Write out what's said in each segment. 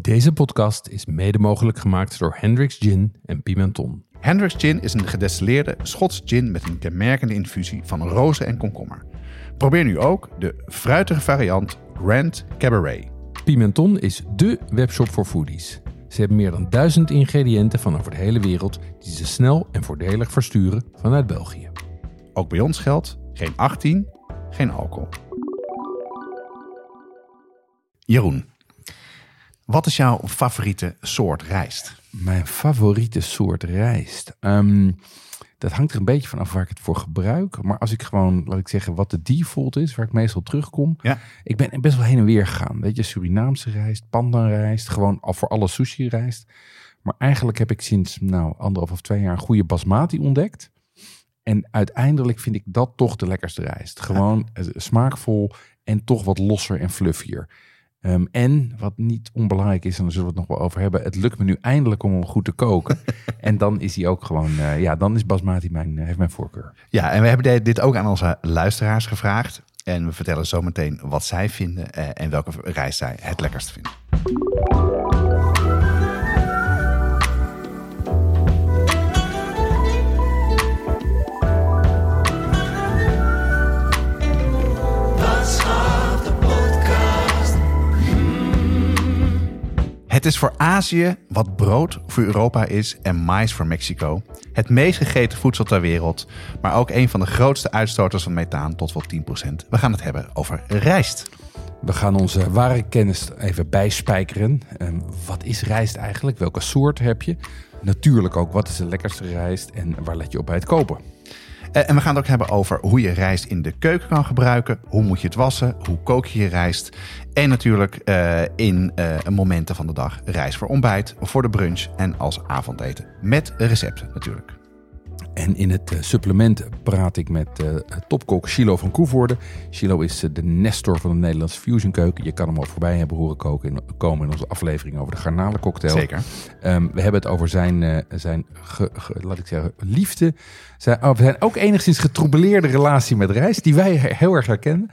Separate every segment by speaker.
Speaker 1: Deze podcast is mede mogelijk gemaakt door Hendrick's Gin en Pimenton.
Speaker 2: Hendrick's Gin is een gedestilleerde Schots gin met een kenmerkende infusie van rozen en komkommer. Probeer nu ook de fruitige variant Grand Cabaret.
Speaker 1: Pimenton is dé webshop voor foodies. Ze hebben meer dan 1000 ingrediënten van over de hele wereld die ze snel en voordelig versturen vanuit België.
Speaker 2: Ook bij ons geldt geen 18, geen alcohol. Jeroen, wat is jouw favoriete soort rijst?
Speaker 3: Mijn favoriete soort rijst? Dat hangt er een beetje van af waar ik het voor gebruik. Maar als ik gewoon, laat ik zeggen, wat de default is, waar ik meestal terugkom. Ja. Ik ben best wel heen en weer gegaan. Weet je, Surinaamse rijst, pandanrijst, gewoon al voor alle sushi rijst. Maar eigenlijk heb ik sinds 1,5 of 2 jaar een goede basmati ontdekt. En uiteindelijk vind ik dat toch de lekkerste rijst. Gewoon smaakvol en toch wat losser en fluffier. En wat niet onbelangrijk is, en daar zullen we het nog wel over hebben. Het lukt me nu eindelijk om hem goed te koken. En dan is hij ook gewoon, dan is basmati heeft mijn voorkeur.
Speaker 2: Ja, en we hebben dit ook aan onze luisteraars gevraagd. En we vertellen zo meteen wat zij vinden en welke rijst zij het lekkerst vinden. Het is voor Azië wat brood voor Europa is en mais voor Mexico. Het meest gegeten voedsel ter wereld, maar ook een van de grootste uitstoters van methaan tot wel 10%. We gaan het hebben over rijst.
Speaker 3: We gaan onze ware kennis even bijspijkeren. Wat is rijst eigenlijk? Welke soort heb je? Natuurlijk ook, wat is de lekkerste rijst en waar let je op bij het kopen?
Speaker 2: En we gaan het ook hebben over hoe je rijst in de keuken kan gebruiken. Hoe moet je het wassen? Hoe kook je je rijst? En natuurlijk in momenten van de dag rijst voor ontbijt, voor de brunch en als avondeten. Met recepten natuurlijk.
Speaker 3: En in het supplement praat ik met topkok Chilo van Koevoorde. Chilo is de nestor van de Nederlandse fusionkeuken. Je kan hem al voorbij hebben horen komen in onze aflevering over de garnalencocktail.
Speaker 2: Zeker.
Speaker 3: We hebben het over zijn laat ik zeggen, liefde. Zijn ook enigszins getroubleerde relatie met rijst, die wij heel erg herkennen.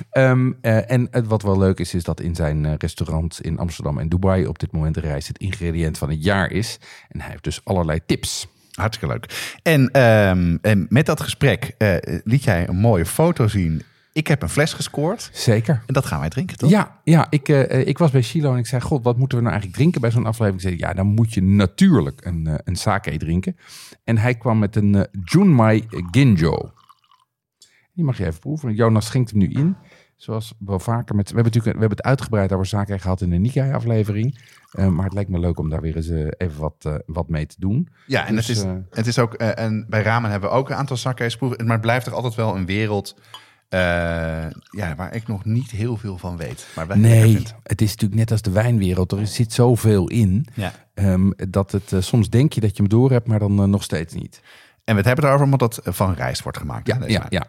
Speaker 3: En wat wel leuk is dat in zijn restaurant in Amsterdam en Dubai op dit moment de rijst het ingrediënt van het jaar is. En hij heeft dus allerlei tips.
Speaker 2: Hartstikke leuk. En met dat gesprek liet jij een mooie foto zien. Ik heb een fles gescoord.
Speaker 3: Zeker.
Speaker 2: En dat gaan wij drinken, toch?
Speaker 3: Ja, ik was bij Chilo en ik zei, god, wat moeten we nou eigenlijk drinken bij zo'n aflevering? Ik zei, dan moet je natuurlijk een sake drinken. En hij kwam met een Junmai Ginjo. Die mag je even proeven. Jonas schenkt hem nu in. Zoals wel vaker we hebben het uitgebreid over sake gehad in de Nikkei-aflevering. Maar het lijkt me leuk om daar weer eens even wat mee te doen.
Speaker 2: Ja, en dus, het is ook... en bij ramen hebben we ook een aantal sake's proeven. Maar het blijft toch altijd wel een wereld... waar ik nog niet heel veel van weet. Maar
Speaker 3: het is natuurlijk net als de wijnwereld. Er zit zoveel in. Ja. Dat het soms denk je dat je hem door hebt, maar dan nog steeds niet.
Speaker 2: En we hebben het erover omdat dat van rijst wordt gemaakt.
Speaker 3: Ja.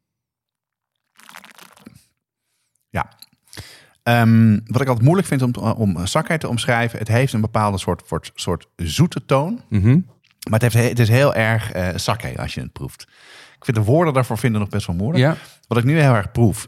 Speaker 2: Wat ik altijd moeilijk vind om sake te omschrijven. Het heeft een bepaalde soort zoete toon. Mm-hmm. Maar het is heel erg sake als je het proeft. Ik vind de woorden daarvoor nog best wel moeilijk. Ja. Wat ik nu heel erg proef.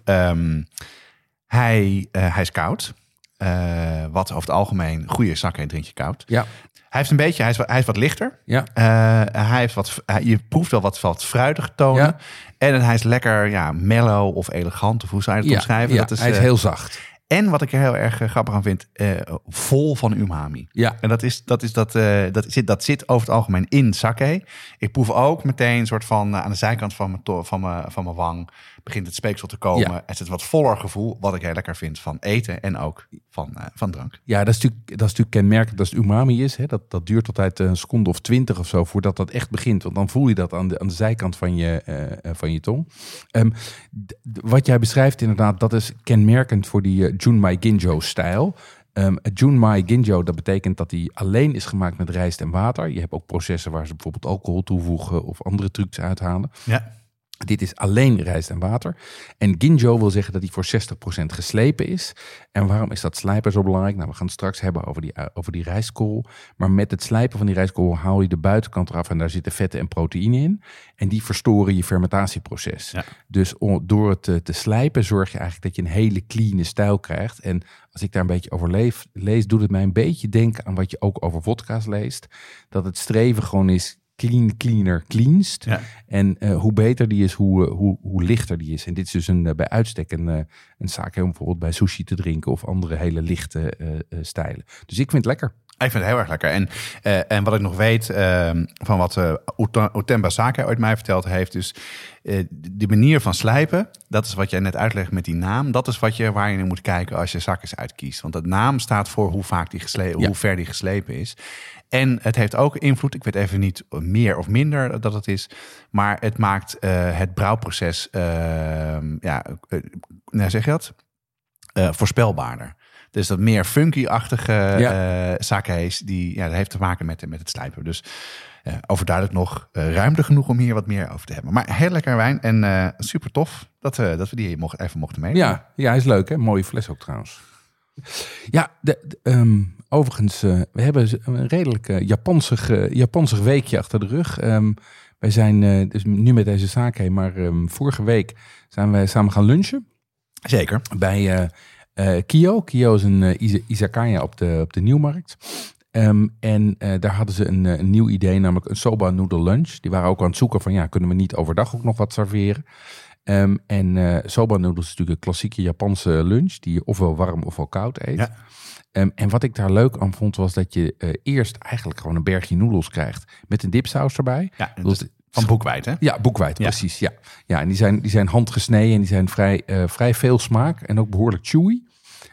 Speaker 2: Hij is koud. Wat over het algemeen goede sake drink je koud. Ja. Hij is wat lichter. Ja. Je proeft wel wat fruitige tonen. Ja. En hij is lekker mellow of elegant. Of hoe zou je het omschrijven?
Speaker 3: Ja, hij is heel zacht.
Speaker 2: En wat ik er heel erg grappig aan vind, vol van umami. Ja. En dat zit over het algemeen in sake. Ik proef ook meteen een soort van aan de zijkant van mijn wang begint het speeksel te komen. Ja. Het is een wat voller gevoel, wat ik heel lekker vind van eten en ook van drank.
Speaker 3: Ja, dat is natuurlijk kenmerkend als het umami is. Hè? Dat duurt altijd een seconde of 20 of zo voordat dat echt begint. Want dan voel je dat aan de zijkant van je tong. Wat jij beschrijft inderdaad, dat is kenmerkend voor die Junmai Ginjo-stijl. Het Junmai Ginjo, dat betekent dat hij alleen is gemaakt met rijst en water. Je hebt ook processen waar ze bijvoorbeeld alcohol toevoegen of andere trucs uithalen. Ja. Dit is alleen rijst en water. En ginjo wil zeggen dat die voor 60% geslepen is. En waarom is dat slijpen zo belangrijk? Nou, we gaan het straks hebben over die rijstkorrel. Maar met het slijpen van die rijstkorrel haal je de buitenkant eraf en daar zitten vetten en proteïnen in. En die verstoren je fermentatieproces. Ja. Dus door het te slijpen zorg je eigenlijk dat je een hele clean stijl krijgt. En als ik daar een beetje over lees, doet het mij een beetje denken aan wat je ook over vodka's leest. Dat het streven gewoon is clean, cleaner, cleanst. Ja. En hoe beter die is, hoe lichter die is. En dit is dus bij uitstek een sake om bijvoorbeeld bij sushi te drinken of andere hele lichte stijlen. Dus ik vind het lekker.
Speaker 2: Ik vind het heel erg lekker. En wat ik nog weet van wat Otemba Sake ooit mij verteld heeft, dus de manier van slijpen, dat is wat jij net uitlegt met die naam. Dat is waar je naar moet kijken als je zakjes uitkiest. Want dat naam staat voor hoe vaak hoe ver die geslepen is. En het heeft ook invloed, ik weet even niet meer of minder dat het is, maar het maakt het brouwproces, zeg je dat? Voorspelbaarder. Dus dat meer funky-achtige sake's, dat heeft te maken met het slijpen. Dus overduidelijk nog ruimte genoeg om hier wat meer over te hebben. Maar heel lekker wijn en super tof dat we die even mochten meenemen.
Speaker 3: Ja, is leuk hè. Mooie fles ook trouwens. Ja, overigens, we hebben een redelijk Japansig weekje achter de rug. Wij zijn dus nu met deze sake, maar vorige week zijn wij samen gaan lunchen.
Speaker 2: Zeker.
Speaker 3: Bij Kyo. Kyo is een izakaya op de Nieuwmarkt. En daar hadden ze een nieuw idee, namelijk een soba noodle lunch. Die waren ook aan het zoeken van, kunnen we niet overdag ook nog wat serveren? Soba noodles is natuurlijk een klassieke Japanse lunch die je ofwel warm ofwel koud eet. Ja. En wat ik daar leuk aan vond was dat je eerst eigenlijk gewoon een bergje noedels krijgt met een dipsaus erbij.
Speaker 2: Ja, van boekweit hè?
Speaker 3: Ja, boekweit, precies. Ja, en die zijn handgesneden en die zijn vrij veel smaak en ook behoorlijk chewy.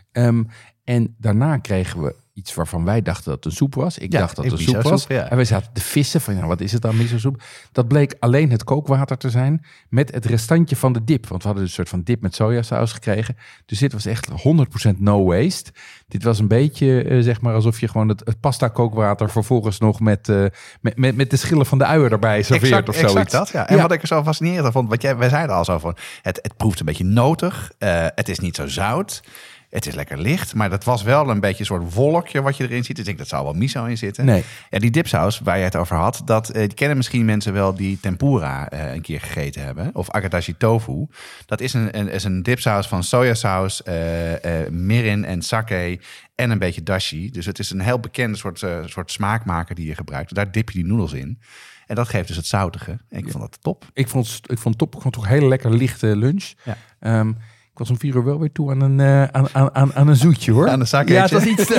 Speaker 3: En daarna kregen we iets waarvan wij dachten dat het een soep was. Ik dacht dat het een soep was. En wij zaten te vissen van, wat is het dan, miso-soep? Dat bleek alleen het kookwater te zijn met het restantje van de dip. Want we hadden een soort van dip met sojasaus gekregen. Dus dit was echt 100% no waste. Dit was een beetje, zeg maar, alsof je gewoon het pasta kookwater vervolgens nog met de schillen van de uier erbij serveert of zoiets.
Speaker 2: Exact dat, ja. En wat ik er zo fascinerend vond, wij zeiden al zo van, het proeft een beetje notig. Het is niet zo zout. Het is lekker licht, maar dat was wel een beetje een soort wolkje wat je erin ziet. Dus ik denk, dat zou wel miso in zitten.
Speaker 3: Nee.
Speaker 2: En die dipsaus waar je het over had, die kennen misschien mensen wel die tempura een keer gegeten hebben. Of agadashi tofu. Dat is een dipsaus van sojasaus, mirin en sake en een beetje dashi. Dus het is een heel bekende soort smaakmaker die je gebruikt. Daar dip je die noedels in. En dat geeft dus het zoutige. En ik vond dat top.
Speaker 3: Ik vond het top. Ik vond het toch een hele lekker lichte lunch. Ja. Ik was om 4 uur wel weer toe aan een zoetje, hoor.
Speaker 2: Aan een zakje.
Speaker 3: Ja, het was iets.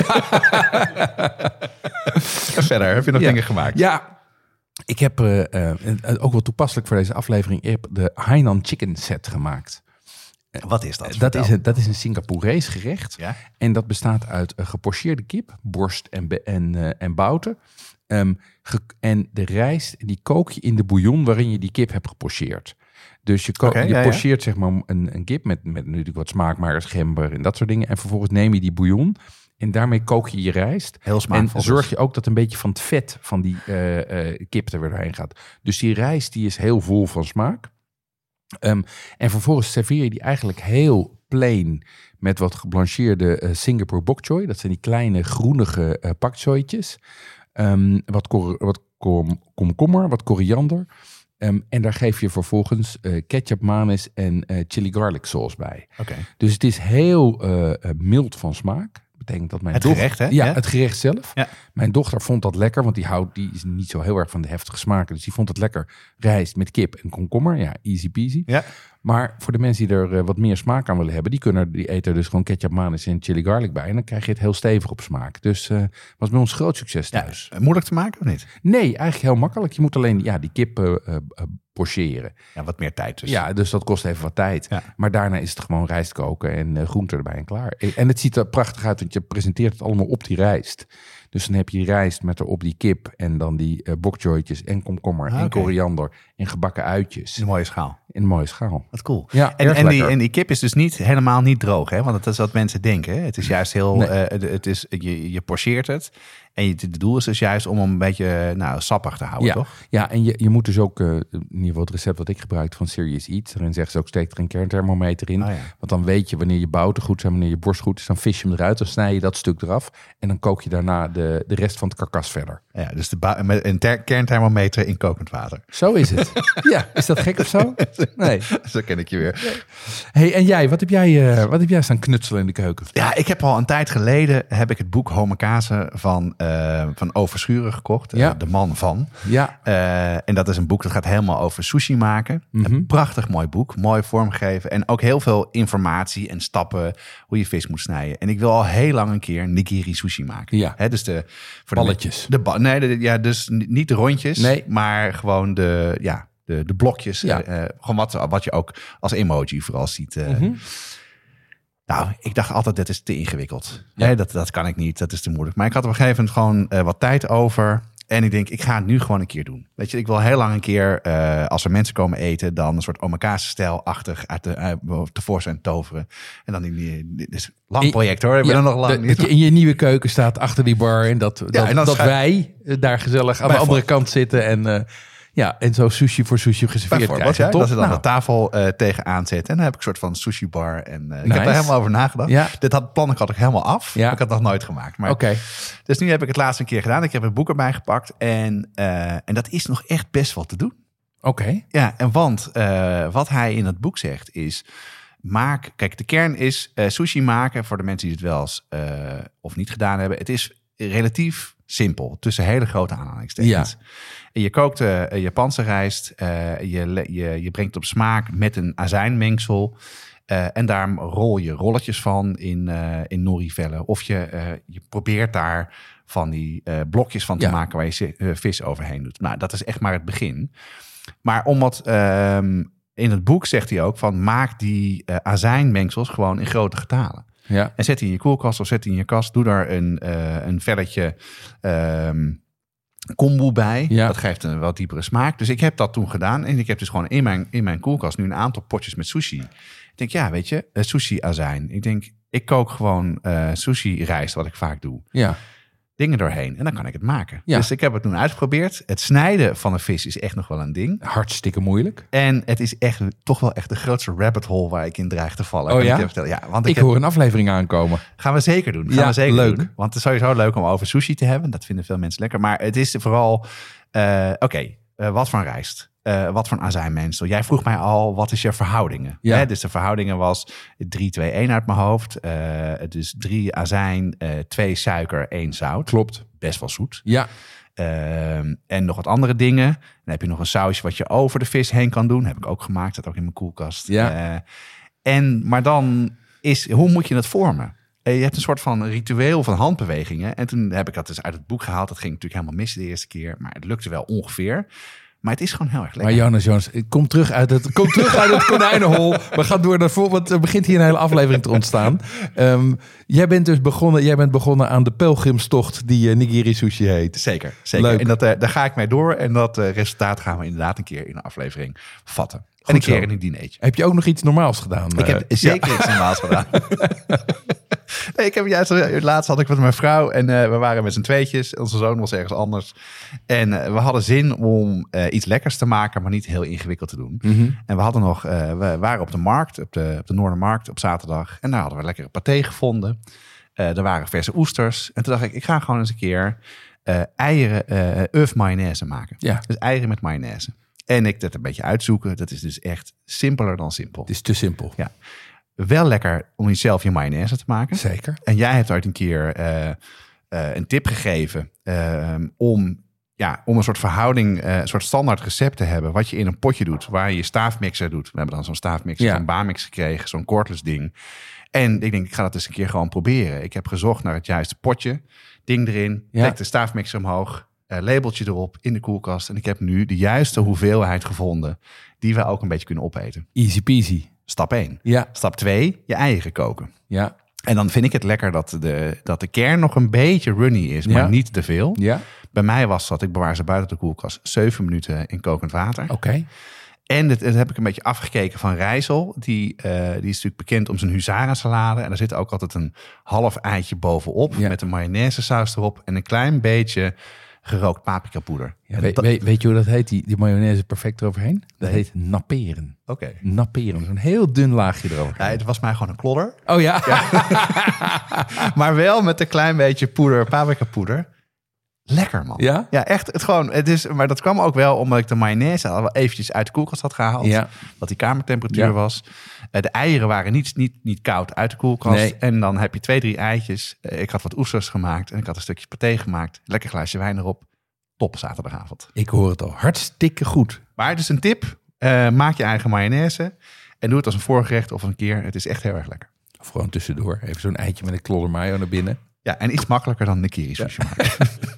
Speaker 2: Verder, heb je nog dingen gemaakt?
Speaker 3: Ja, ik heb ook wel toepasselijk voor deze aflevering de Hainan Chicken Set gemaakt.
Speaker 2: Wat is dat?
Speaker 3: Dat is een Singaporees gerecht. Ja? En dat bestaat uit gepocheerde kip, borst en bouten. En de rijst, die kook je in de bouillon waarin je die kip hebt gepocheerd. Dus je pocheert zeg maar een kip met natuurlijk wat smaakmakers, gember en dat soort dingen. En vervolgens neem je die bouillon en daarmee kook je je rijst.
Speaker 2: Heel smaakvol.
Speaker 3: En zorg je ook dat een beetje van het vet van die kip er weer doorheen gaat. Dus die rijst die is heel vol van smaak. En vervolgens serveer je die eigenlijk heel plain met wat geblancheerde Singapore bok choy. Dat zijn die kleine groenige pak choytjes. Wat komkommer, wat koriander. En daar geef je vervolgens ketchup, mayonaise en chili garlic sauce bij.
Speaker 2: Okay.
Speaker 3: Dus het is heel mild van smaak. Betekent dat mijn dochter,
Speaker 2: gerecht, hè?
Speaker 3: Ja, het gerecht zelf.
Speaker 2: Ja.
Speaker 3: Mijn dochter vond dat lekker, want die is niet zo heel erg van de heftige smaken. Dus die vond het lekker. Rijst met kip en komkommer. Ja, easy peasy.
Speaker 2: Ja.
Speaker 3: Maar voor de mensen die er wat meer smaak aan willen hebben, die eten er dus gewoon ketchup, mayonaise en chili garlic bij. En dan krijg je het heel stevig op smaak. Dus was bij ons groot succes thuis.
Speaker 2: Ja, moeilijk te maken of niet?
Speaker 3: Nee, eigenlijk heel makkelijk. Je moet alleen die kip pocheren.
Speaker 2: Ja, wat meer tijd dus.
Speaker 3: Ja, dus dat kost even wat tijd. Ja. Maar daarna is het gewoon rijst koken en groenten erbij en klaar. En het ziet er prachtig uit, want je presenteert het allemaal op die rijst. Dus dan heb je rijst met erop die kip en dan die bokjoytjes en komkommer en koriander en gebakken uitjes.
Speaker 2: In een mooie schaal.
Speaker 3: In een mooie schaal.
Speaker 2: Wat cool.
Speaker 3: Ja,
Speaker 2: en die kip is dus helemaal niet droog, hè? Want dat is wat mensen denken. Hè? Het is juist heel, je pocheert het. En het doel is dus juist om hem een beetje sappig te houden, toch?
Speaker 3: Ja, en je moet dus ook, in ieder geval het recept wat ik gebruik van Serious Eat, daarin zeggen ze ook, steek er een kernthermometer in. Want dan weet je wanneer je bouten goed zijn, wanneer je borst goed is, dan vis je hem eruit, dan snij je dat stuk eraf. En dan kook je daarna de rest van het karkas verder.
Speaker 2: Ja, dus met een kernthermometer in kokend water.
Speaker 3: Zo is het. Ja, is dat gek of zo? Nee.
Speaker 2: Zo ken ik je weer.
Speaker 3: Hey, en jij, wat heb jij staan knutselen in de keuken?
Speaker 2: Ja, ik heb al een tijd geleden het boek Homakase van Overschuren gekocht. De man van.
Speaker 3: Ja.
Speaker 2: En dat is een boek dat gaat helemaal over sushi maken. Een prachtig mooi boek. Mooi vormgegeven. En ook heel veel informatie en stappen hoe je vis moet snijden. En ik wil al heel lang een keer nigiri sushi maken.
Speaker 3: Ja.
Speaker 2: Dus voor
Speaker 3: balletjes.
Speaker 2: Dus niet de rondjes. Maar gewoon de blokjes.
Speaker 3: Ja.
Speaker 2: Gewoon wat je ook als emoji vooral ziet. Nou, ik dacht altijd, dat is te ingewikkeld. Ja. Dat kan ik niet, dat is te moeilijk. Maar ik had op een gegeven moment gewoon wat tijd over. En ik denk, ik ga het nu gewoon een keer doen. Weet je, ik wil heel lang een keer, als er mensen komen eten, dan een soort omakase-stijl-achtig tevoorschijn toveren. En dan dus lang project hoor, ik ben er nog lang niet.
Speaker 3: Dat je in je nieuwe keuken staat achter die bar en dat wij daar gezellig aan de andere kant zitten en zo sushi voor sushi geserveerd krijgen.
Speaker 2: Ja, dat ze dan de tafel tegenaan zetten. En dan heb ik een soort van sushi bar. En ik heb daar helemaal over nagedacht. Ja. Dit plan had ik helemaal af. Ja. Maar ik had het nog nooit gemaakt. Maar, dus nu heb ik het laatst een keer gedaan. Ik heb het boek erbij gepakt. En dat is nog echt best wel te doen.
Speaker 3: Oké.
Speaker 2: Ja, want wat hij in het boek zegt is... Kijk, de kern is sushi maken voor de mensen die het wel eens of niet gedaan hebben. Het is relatief simpel, tussen hele grote aanhalingstekens. Ja. Je kookt Japanse rijst, je brengt het op smaak met een azijnmengsel en daar rol je rolletjes van in nori-vellen. Of je probeert daar van die blokjes van te maken waar je vis overheen doet. Nou, dat is echt maar het begin. Maar in het boek zegt hij ook van maak die azijnmengsels gewoon in grote getalen. Ja. En zet die in je koelkast of zet die in je kast. Doe daar een velletje kombu bij. Ja. Dat geeft een wat diepere smaak. Dus ik heb dat toen gedaan. En ik heb dus gewoon in mijn koelkast nu een aantal potjes met sushi. Ik denk, ja, weet je, sushi-azijn. Ik denk, ik kook gewoon sushi-rijst, wat ik vaak doe. Ja. Dingen doorheen. En dan kan ik het maken. Ja. Dus ik heb het toen uitgeprobeerd. Het snijden van een vis is echt nog wel een ding.
Speaker 3: Hartstikke moeilijk.
Speaker 2: En het is toch wel echt de grootste rabbit hole waar ik in dreig te vallen.
Speaker 3: Oh ja? Want ik hoor een aflevering aankomen.
Speaker 2: Gaan we zeker doen.
Speaker 3: Leuk.
Speaker 2: Doen. Want het is sowieso leuk om over sushi te hebben. Dat vinden veel mensen lekker. Maar het is vooral, wat voor rijst? Wat voor een azijnmengsel? Jij vroeg mij al, wat is je verhoudingen? Ja. Dus de verhoudingen was 3-2-1 uit mijn hoofd. Dus 3 azijn, 2 suiker, 1 zout.
Speaker 3: Klopt.
Speaker 2: Best wel zoet.
Speaker 3: Ja.
Speaker 2: En nog wat andere dingen. Dan heb je nog een sausje wat je over de vis heen kan doen. Heb ik ook gemaakt, dat ook in mijn koelkast. Ja. Maar dan hoe moet je het vormen? Je hebt een soort van ritueel van handbewegingen. En toen heb ik dat dus uit het boek gehaald. Dat ging natuurlijk helemaal mis de eerste keer. Maar het lukte wel ongeveer. Maar het is gewoon heel erg lekker.
Speaker 3: Maar Jonas, kom terug uit het konijnenhol. We gaan door naar want er begint hier een hele aflevering te ontstaan. Jij bent begonnen aan de pelgrimstocht die nigiri sushi heet.
Speaker 2: Zeker. Leuk. En daar ga ik mee door. En dat resultaat gaan we inderdaad een keer in een aflevering vatten. Goed en een keer in een dinertje.
Speaker 3: Heb je ook nog iets normaals gedaan?
Speaker 2: Ik heb zeker iets normaals gedaan. Nee, ik heb laatst had ik met mijn vrouw en we waren met z'n tweetjes. Onze zoon was ergens anders. En we hadden zin om iets lekkers te maken, maar niet heel ingewikkeld te doen. Mm-hmm. En we hadden we waren op de markt, op de Noordermarkt op zaterdag. En daar hadden we lekkere paté gevonden. Er waren verse oesters. En toen dacht ik ga gewoon eens een keer eieren œuf mayonaise maken. Ja. Dus eieren met mayonaise. En ik dat een beetje uitzoeken. Dat is dus echt simpeler dan simpel.
Speaker 3: Het is te simpel.
Speaker 2: Ja. Wel lekker om jezelf je mayonaise te maken.
Speaker 3: Zeker.
Speaker 2: En jij hebt ooit een keer een tip gegeven om een soort verhouding, een soort standaard recept te hebben. Wat je in een potje doet, waar je staafmixer doet. We hebben dan zo'n staafmixer van Bamix gekregen, zo'n cordless ding. En ik denk, ik ga dat eens een keer gewoon proberen. Ik heb gezocht naar het juiste potje, ding erin, trek de staafmixer omhoog, labeltje erop in de koelkast. En ik heb nu de juiste hoeveelheid gevonden die we ook een beetje kunnen opeten.
Speaker 3: Easy peasy.
Speaker 2: Stap 1.
Speaker 3: Ja.
Speaker 2: Stap 2, je eieren koken.
Speaker 3: Ja.
Speaker 2: En dan vind ik het lekker dat de kern nog een beetje runny is, maar niet te veel.
Speaker 3: Ja.
Speaker 2: Bij mij was dat, ik bewaar ze buiten de koelkast 7 minuten in kokend water.
Speaker 3: Oké.
Speaker 2: En dat heb ik een beetje afgekeken van Rijssel. Die is natuurlijk bekend om zijn huzarensalade. En daar zit ook altijd een half eitje bovenop met een mayonaise saus erop en een klein beetje gerookt paprikapoeder.
Speaker 3: Ja, weet je hoe dat heet? Die mayonaise perfect eroverheen? Dat heet napperen.
Speaker 2: Oké.
Speaker 3: Napperen, zo'n heel dun laagje erover.
Speaker 2: Ja, het was mij gewoon een klodder.
Speaker 3: Oh ja?
Speaker 2: Maar wel met een klein beetje paprikapoeder. Lekker, man.
Speaker 3: Ja?
Speaker 2: Ja, echt. Maar dat kwam ook wel omdat ik de mayonaise al eventjes uit de koelkast had gehaald.
Speaker 3: Ja.
Speaker 2: Dat die kamertemperatuur was. De eieren waren niet koud uit de koelkast.
Speaker 3: Nee.
Speaker 2: En dan heb je 2-3 eitjes. Ik had wat oesters gemaakt en ik had een stukje paté gemaakt. Lekker glaasje wijn erop. Top zaterdagavond.
Speaker 3: Ik hoor het al. Hartstikke goed.
Speaker 2: Maar dus een tip. Maak je eigen mayonaise. En doe het als een voorgerecht of een keer. Het is echt heel erg lekker.
Speaker 3: Of gewoon tussendoor. Even zo'n eitje met een klodder mayo naar binnen.
Speaker 2: Ja, en iets makkelijker dan de kiri sushi maken.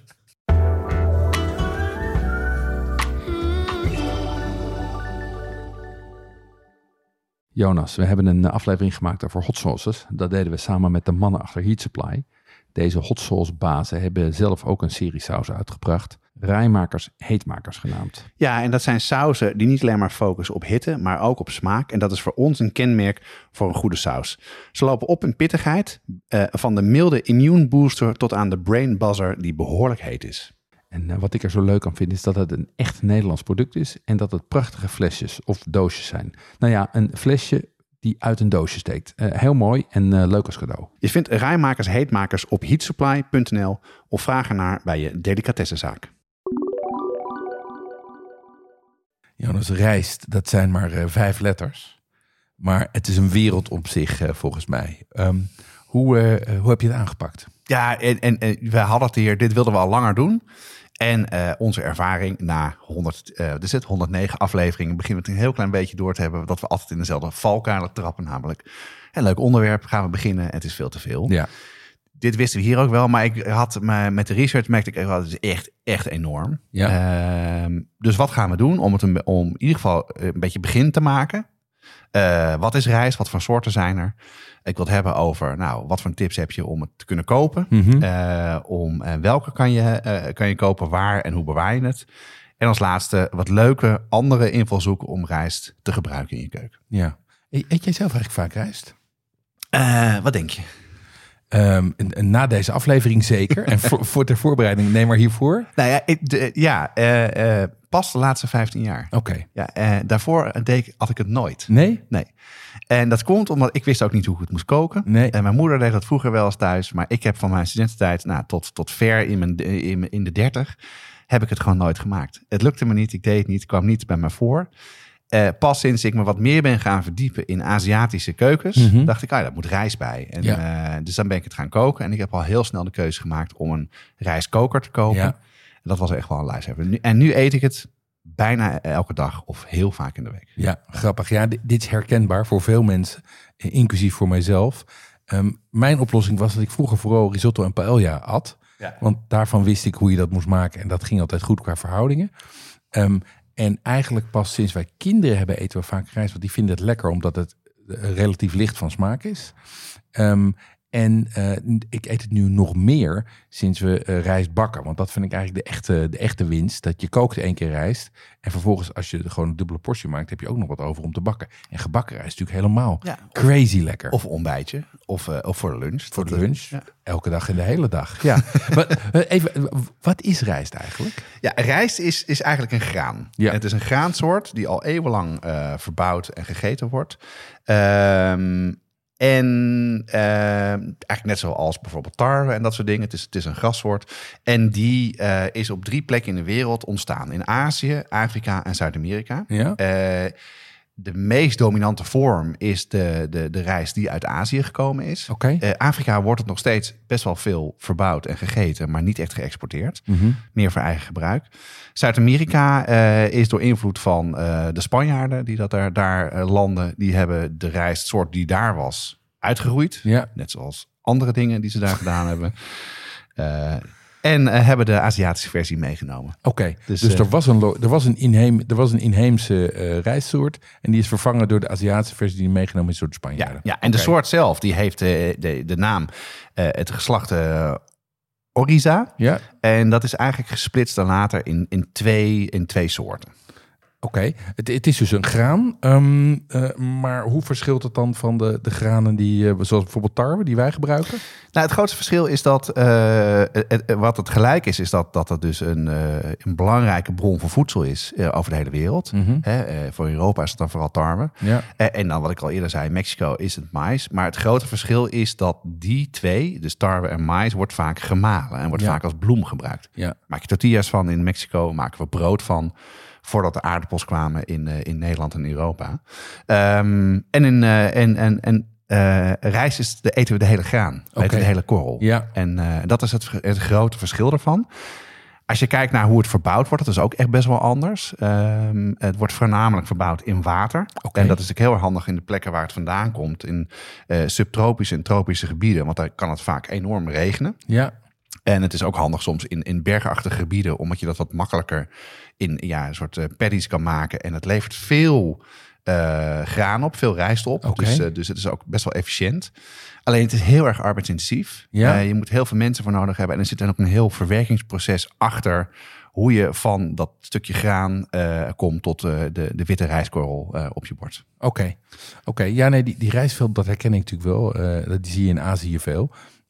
Speaker 1: Jonas, we hebben een aflevering gemaakt over hot sauces. Dat deden we samen met de mannen achter Heat Supply. Deze hot sauce bazen hebben zelf ook een serie sauzen uitgebracht. Rijmakers, heetmakers genaamd.
Speaker 2: Ja, en dat zijn sauzen die niet alleen maar focussen op hitte, maar ook op smaak. En dat is voor ons een kenmerk voor een goede saus. Ze lopen op in pittigheid, van de milde immune booster tot aan de brain buzzer die behoorlijk heet is.
Speaker 1: En wat ik er zo leuk aan vind is dat het een echt Nederlands product is en dat het prachtige flesjes of doosjes zijn. Nou ja, een flesje die uit een doosje steekt. Heel mooi en leuk als cadeau.
Speaker 2: Je vindt rijmakers, heetmakers op heatsupply.nl of vraag ernaar bij je delicatessenzaak.
Speaker 3: Jonas, rijst, dat zijn maar 5 letters. Maar het is een wereld op zich, volgens mij. Hoe heb je het aangepakt?
Speaker 2: Ja, en we hadden het hier, dit wilden we al langer doen. En onze ervaring na 109 afleveringen beginnen we het een heel klein beetje door te hebben. Dat we altijd in dezelfde valkuilen trappen. Namelijk, een leuk onderwerp, gaan we beginnen. Het is veel te veel.
Speaker 3: Ja.
Speaker 2: Dit wisten we hier ook wel. Maar ik had met de research merkte ik, het is echt enorm.
Speaker 3: Ja.
Speaker 2: Dus wat gaan we doen om in ieder geval een beetje begin te maken? Wat is rijst? Wat voor soorten zijn er? Ik wil het hebben over, wat voor tips heb je om het te kunnen kopen?
Speaker 3: Mm-hmm.
Speaker 2: Welke kan je kopen, waar en hoe bewaar je het? En als laatste wat leuke andere invalshoeken om rijst te gebruiken in je keuken.
Speaker 3: Ja. Eet jij zelf eigenlijk vaak rijst?
Speaker 2: Wat denk je?
Speaker 3: Na deze aflevering zeker. En voor ter voorbereiding, neem maar hiervoor.
Speaker 2: Nou ja, pas de laatste 15 jaar.
Speaker 3: Oké.
Speaker 2: Ja, daarvoor had ik het nooit.
Speaker 3: Nee?
Speaker 2: Nee. En dat komt omdat ik wist ook niet hoe ik het moest koken.
Speaker 3: Nee.
Speaker 2: En mijn moeder deed dat vroeger wel eens thuis. Maar ik heb van mijn studententijd tot ver in de 30 heb ik het gewoon nooit gemaakt. Het lukte me niet, ik deed het niet, het kwam niet bij me voor. Pas sinds ik me wat meer ben gaan verdiepen in Aziatische keukens, dacht ik, daar moet rijst bij. En, dus dan ben ik het gaan koken. En ik heb al heel snel de keuze gemaakt om een rijstkoker te kopen. Ja. En dat was echt wel een lijst. En nu eet ik het bijna elke dag of heel vaak in de week.
Speaker 3: Ja, grappig. Ja, dit is herkenbaar voor veel mensen, inclusief voor mijzelf. Mijn oplossing was dat ik vroeger vooral risotto en paella at. Ja. Want daarvan wist ik hoe je dat moest maken. En dat ging altijd goed qua verhoudingen. En eigenlijk pas sinds wij kinderen hebben, eten we vaak rijst. Want die vinden het lekker, omdat het relatief licht van smaak is. En ik eet het nu nog meer sinds we rijst bakken. Want dat vind ik eigenlijk de echte winst. Dat je kookt 1 keer rijst. En vervolgens als je gewoon een dubbele portie maakt, heb je ook nog wat over om te bakken. En gebakken rijst is natuurlijk helemaal crazy lekker.
Speaker 2: Of ontbijtje. Of voor de lunch.
Speaker 3: Voor de lunch. Ja. Elke dag en de hele dag. Ja. Even, wat is rijst eigenlijk?
Speaker 2: Ja, rijst is eigenlijk een graan. Ja. Het is een graansoort die al eeuwenlang verbouwd en gegeten wordt. Eigenlijk net zoals bijvoorbeeld tarwe en dat soort dingen. Het is een grassoort. En die is op 3 plekken in de wereld ontstaan. In Azië, Afrika en Zuid-Amerika. Ja. De meest dominante vorm is de rijst die uit Azië gekomen is.
Speaker 3: Okay.
Speaker 2: Afrika wordt het nog steeds best wel veel verbouwd en gegeten, maar niet echt geëxporteerd. Mm-hmm. Meer voor eigen gebruik. Zuid-Amerika is door invloed van de Spanjaarden die daar landen, die hebben de rijstsoort die daar was uitgeroeid. Ja. Net zoals andere dingen die ze daar gedaan hebben. En hebben de Aziatische versie meegenomen.
Speaker 3: Oké, dus er was een inheemse rijstsoort. En die is vervangen door de Aziatische versie die meegenomen is door de Spanjaarden.
Speaker 2: Ja, en de soort zelf, die heeft de naam, het geslacht Oriza.
Speaker 3: Ja.
Speaker 2: En dat is eigenlijk gesplitst dan later in twee soorten.
Speaker 3: Oké, het is dus een graan. Maar hoe verschilt het dan van de granen zoals bijvoorbeeld tarwe, die wij gebruiken?
Speaker 2: Nou, het grootste verschil is dat wat het gelijk is dat het dus een belangrijke bron van voedsel is over de hele wereld.
Speaker 3: Mm-hmm.
Speaker 2: Voor Europa is het dan vooral tarwe.
Speaker 3: Ja.
Speaker 2: En dan wat ik al eerder zei, in Mexico is het mais. Maar het grote verschil is dat die twee, dus tarwe en mais, wordt vaak gemalen en wordt vaak als bloem gebruikt.
Speaker 3: Ja.
Speaker 2: Maak je tortillas van in Mexico, maken we brood van. Voordat de aardappels kwamen in Nederland en Europa. Rijst eten we de hele graan. Okay. Eten we de hele korrel.
Speaker 3: Ja.
Speaker 2: En dat is het grote verschil ervan. Als je kijkt naar hoe het verbouwd wordt, dat is ook echt best wel anders. Het wordt voornamelijk verbouwd in water.
Speaker 3: Okay.
Speaker 2: En dat is natuurlijk heel erg handig in de plekken waar het vandaan komt. In subtropische en tropische gebieden. Want daar kan het vaak enorm regenen.
Speaker 3: Ja.
Speaker 2: En het is ook handig soms in bergachtige gebieden, omdat je dat wat makkelijker in een soort paddies kan maken. En het levert veel graan op, veel rijst op.
Speaker 3: Okay.
Speaker 2: Dus het is ook best wel efficiënt. Alleen het is heel erg arbeidsintensief.
Speaker 3: Ja.
Speaker 2: Je moet heel veel mensen voor nodig hebben. En er zit dan ook een heel verwerkingsproces achter hoe je van dat stukje graan komt tot de witte rijstkorrel op je bord.
Speaker 3: Oké. Ja, nee, die rijstveld, dat herken ik natuurlijk wel. Die zie je in Azië veel.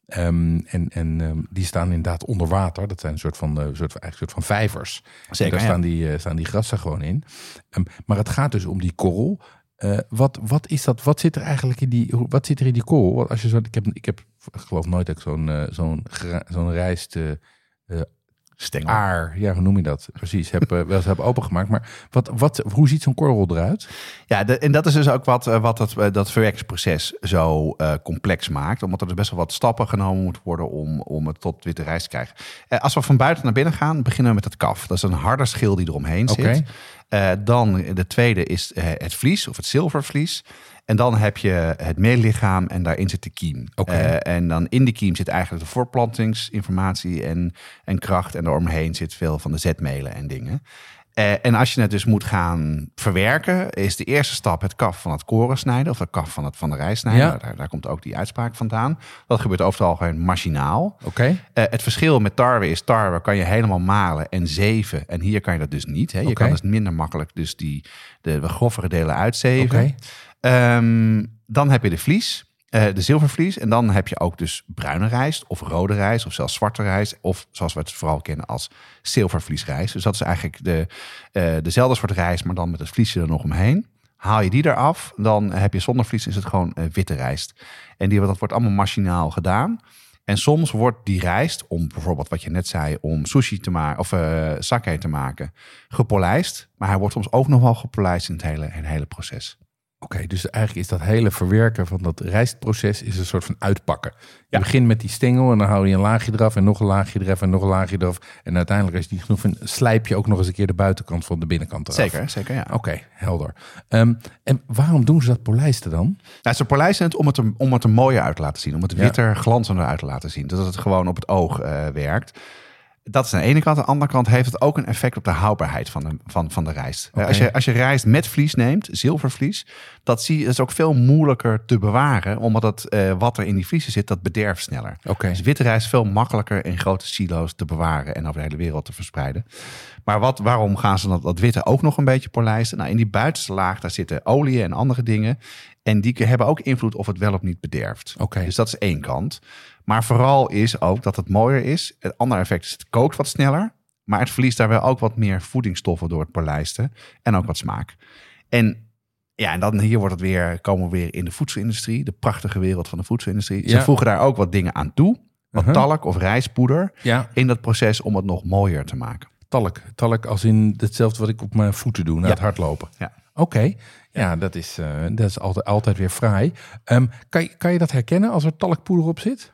Speaker 3: Die staan inderdaad onder water. Dat zijn een soort van vijvers.
Speaker 2: Zeker,
Speaker 3: en daar staan die grassen gewoon in. Maar het gaat dus om die korrel. Wat is dat? Wat zit er eigenlijk in die korrel? Want als je ik heb geloof nooit dat ik zo'n rijst
Speaker 2: stengel.
Speaker 3: Ja, hoe noem je dat? Precies, wel eens heb opengemaakt. Maar hoe ziet zo'n korrel eruit?
Speaker 2: Ja, en dat is dus ook wat dat verwerkingsproces zo complex maakt. Omdat er dus best wel wat stappen genomen moeten worden om het tot witte rijst te krijgen. Als we van buiten naar binnen gaan, beginnen we met het kaf. Dat is een harde schil die eromheen zit. Dan de tweede is het vlies of het zilvervlies. En dan heb je het meellichaam en daarin zit de kiem. En dan in de kiem zit eigenlijk de voortplantingsinformatie en kracht. En daaromheen zit veel van de zetmelen en dingen. En als je het dus moet gaan verwerken, is de eerste stap het kaf van het koren snijden. Of het kaf van de rijst snijden. Ja. Daar komt ook die uitspraak vandaan. Dat gebeurt over het algemeen machinaal. Het verschil met tarwe is, tarwe kan je helemaal malen en zeven. En hier kan je dat dus niet. Hè. Je kan dus minder makkelijk dus de grovere delen uitzeven. Dan heb je de vlies, de zilvervlies. En dan heb je ook dus bruine rijst of rode rijst of zelfs zwarte rijst. Of zoals we het vooral kennen als zilvervliesrijst. Dus dat is eigenlijk dezelfde soort rijst, maar dan met het vliesje er nog omheen. Haal je die eraf, dan heb je zonder vlies is het gewoon witte rijst. En dat wordt allemaal machinaal gedaan. En soms wordt die rijst, om bijvoorbeeld wat je net zei, om sushi te maken of sake te maken, gepolijst. Maar hij wordt soms ook nog wel gepolijst in het hele proces.
Speaker 3: Dus eigenlijk is dat hele verwerken van dat rijstproces is een soort van uitpakken. Je begint met die stengel en dan hou je een laagje eraf en nog een laagje eraf en nog een laagje eraf. En uiteindelijk als je die genoeg vindt, slijp je ook nog eens een keer de buitenkant van de binnenkant eraf.
Speaker 2: Zeker, ja.
Speaker 3: Oké, helder. En waarom doen ze dat polijsten dan?
Speaker 2: Nou, ze polijsten het om het er mooier uit te laten zien. Om het witter, glanzender uit te laten zien. Dat het gewoon op het oog werkt. Dat is aan de ene kant. Aan de andere kant heeft het ook een effect op de houdbaarheid van de rijst. Als je rijst met vlies neemt, zilvervlies, dat is ook veel moeilijker te bewaren. Omdat wat er in die vliezen zit, dat bederft sneller. Dus witte rijst is veel makkelijker in grote silo's te bewaren en over de hele wereld te verspreiden. Maar waarom gaan ze dat witte ook nog een beetje polijsten? Nou, in die buitenste laag, daar zitten oliën en andere dingen. En die hebben ook invloed of het wel of niet bederft. Dus dat is één kant. Maar vooral is ook dat het mooier is. Het andere effect is, het kookt wat sneller. Maar het verliest daar wel ook wat meer voedingsstoffen door het polijsten. En ook wat smaak. En dan hier komen we weer in de voedselindustrie. De prachtige wereld van de voedselindustrie. Ze voegen daar ook wat dingen aan toe. Wat talk of rijstpoeder. In dat proces om het nog mooier te maken.
Speaker 3: Talk als in hetzelfde wat ik op mijn voeten doe na het hardlopen. Ja, dat is altijd weer fraai. Kan je dat herkennen als er talkpoeder op zit?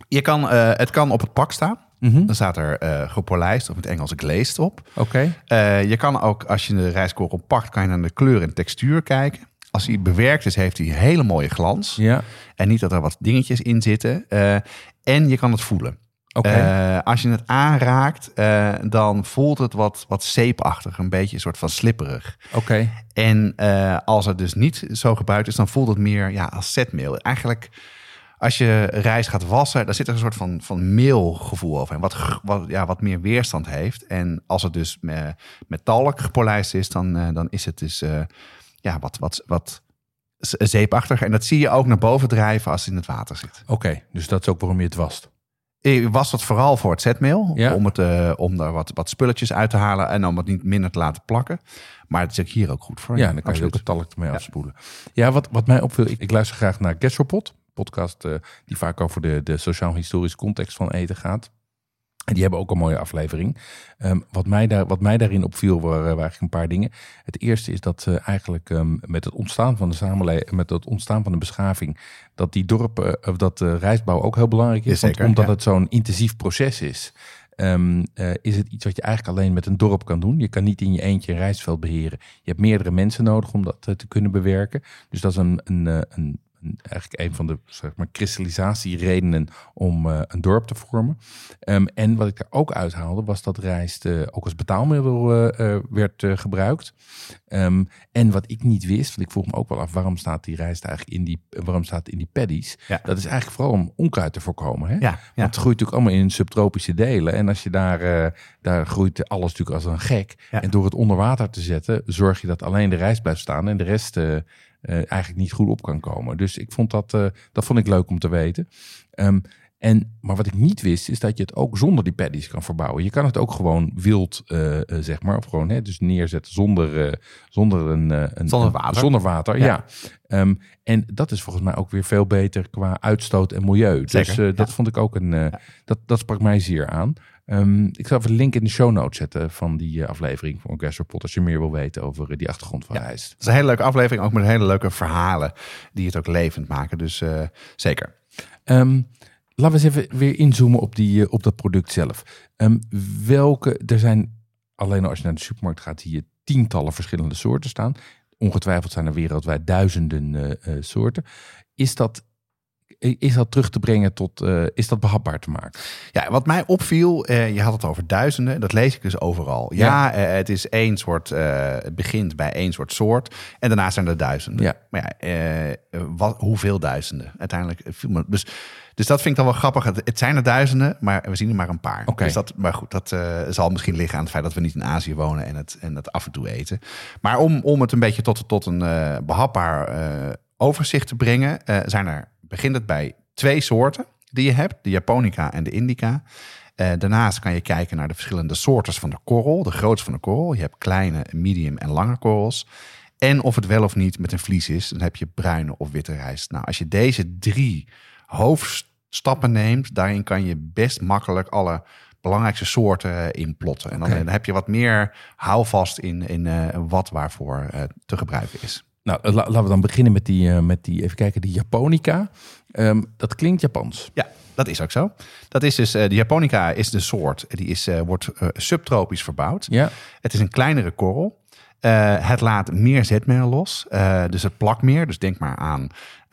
Speaker 2: Het kan op het pak staan. Dan staat er gepolijst of in het Engels glazed op. Je kan ook, als je de rijstkorrel pakt, kan je naar de kleur en textuur kijken. Als hij bewerkt is, heeft hij een hele mooie glans. En niet dat er wat dingetjes in zitten. En je kan het voelen. Als je het aanraakt, dan voelt het wat zeepachtig. Een beetje een soort van slipperig. En als het dus niet zo gebruikt is, dan voelt het meer als zetmeel. Eigenlijk, als je rijst gaat wassen, daar zit er een soort van meelgevoel over. Wat meer weerstand heeft. En als het dus met talk gepolijst is, dan is het dus wat zeepachtiger. En dat zie je ook naar boven drijven als het in het water zit.
Speaker 3: Dus dat is ook waarom je het wast.
Speaker 2: Ik was het vooral voor het zetmeel. Om er wat spulletjes uit te halen en om het niet minder te laten plakken. Maar het is ook hier ook goed voor.
Speaker 3: Ja, dan kan je ook het talk ermee afspoelen. Ja, wat mij opviel, ik luister graag naar Gastropod. Podcast die vaak over de sociaal-historische context van eten gaat. En die hebben ook een mooie aflevering. Wat mij daarin opviel waren eigenlijk een paar dingen. Het eerste is dat eigenlijk met het ontstaan van de samenleving, met het ontstaan van de beschaving, dat die dorpen, of dat rijstbouw ook heel belangrijk is.
Speaker 2: Zeker,
Speaker 3: omdat het zo'n intensief proces is. Is het iets wat je eigenlijk alleen met een dorp kan doen. Je kan niet in je eentje een rijstveld beheren. Je hebt meerdere mensen nodig om dat te kunnen bewerken. Dus dat is eigenlijk een van de kristallisatieredenen om een dorp te vormen. En wat ik er ook uithaalde, was dat rijst ook als betaalmiddel werd gebruikt. En wat ik niet wist, want ik vroeg me ook wel af, waarom staat die rijst eigenlijk in die paddies? Ja. Dat is eigenlijk vooral om onkruid te voorkomen. Hè? Ja. Want het groeit natuurlijk allemaal in subtropische delen. En als je daar groeit alles natuurlijk als een gek. Ja. En door het onder water te zetten, zorg je dat alleen de rijst blijft staan en de rest eigenlijk niet goed op kan komen. Dus ik vond dat vond ik leuk om te weten. Maar wat ik niet wist, is dat je het ook zonder die paddies kan verbouwen. Je kan het ook gewoon wild, zeg maar, of gewoon dus neerzetten zonder
Speaker 2: water.
Speaker 3: Zonder water, ja. En dat is volgens mij ook weer veel beter qua uitstoot en milieu. Zeker, dus dat vond ik ook dat sprak mij zeer aan. Ik zal even een link in de show notes zetten van die aflevering van Gastropod, als je meer wil weten over die achtergrond van rijst.
Speaker 2: Het is een hele leuke aflevering, ook met hele leuke verhalen die het ook levend maken. Dus zeker.
Speaker 3: Laten we eens even weer inzoomen op dat product zelf. Er zijn, alleen als je naar de supermarkt gaat, zie je tientallen verschillende soorten staan. Ongetwijfeld zijn er wereldwijd duizenden soorten. Is dat terug te brengen tot, is dat behapbaar te maken?
Speaker 2: Ja, wat mij opviel, je had het over duizenden, dat lees ik dus overal. Het is één soort, het begint bij één soort en daarna zijn er duizenden. Ja. Maar hoeveel duizenden? Uiteindelijk viel me dus dat vind ik dan wel grappig. Het zijn er duizenden, maar we zien er maar een paar. Dus maar goed, dat zal misschien liggen aan het feit dat we niet in Azië wonen en het af en toe eten. Maar om het een beetje tot een behapbaar overzicht te brengen, begint het bij 2 soorten die je hebt. De Japonica en de Indica. Daarnaast kan je kijken naar de verschillende soorten van de korrel. De grootte van de korrel. Je hebt kleine, medium en lange korrels. En of het wel of niet met een vlies is. Dan heb je bruine of witte rijst. Nou, als je deze 3 hoofdstappen neemt, daarin kan je best makkelijk alle belangrijkste soorten inplotten. En dan heb je wat meer houvast in wat waarvoor te gebruiken is.
Speaker 3: Nou, laten we dan beginnen met die even kijken, die Japonica. Dat klinkt Japans.
Speaker 2: Ja, dat is ook zo. Dat is dus, de Japonica is de soort, die wordt subtropisch verbouwd. Ja. Het is een kleinere korrel. Het laat meer zetmeel los, dus het plakt meer. Dus denk maar aan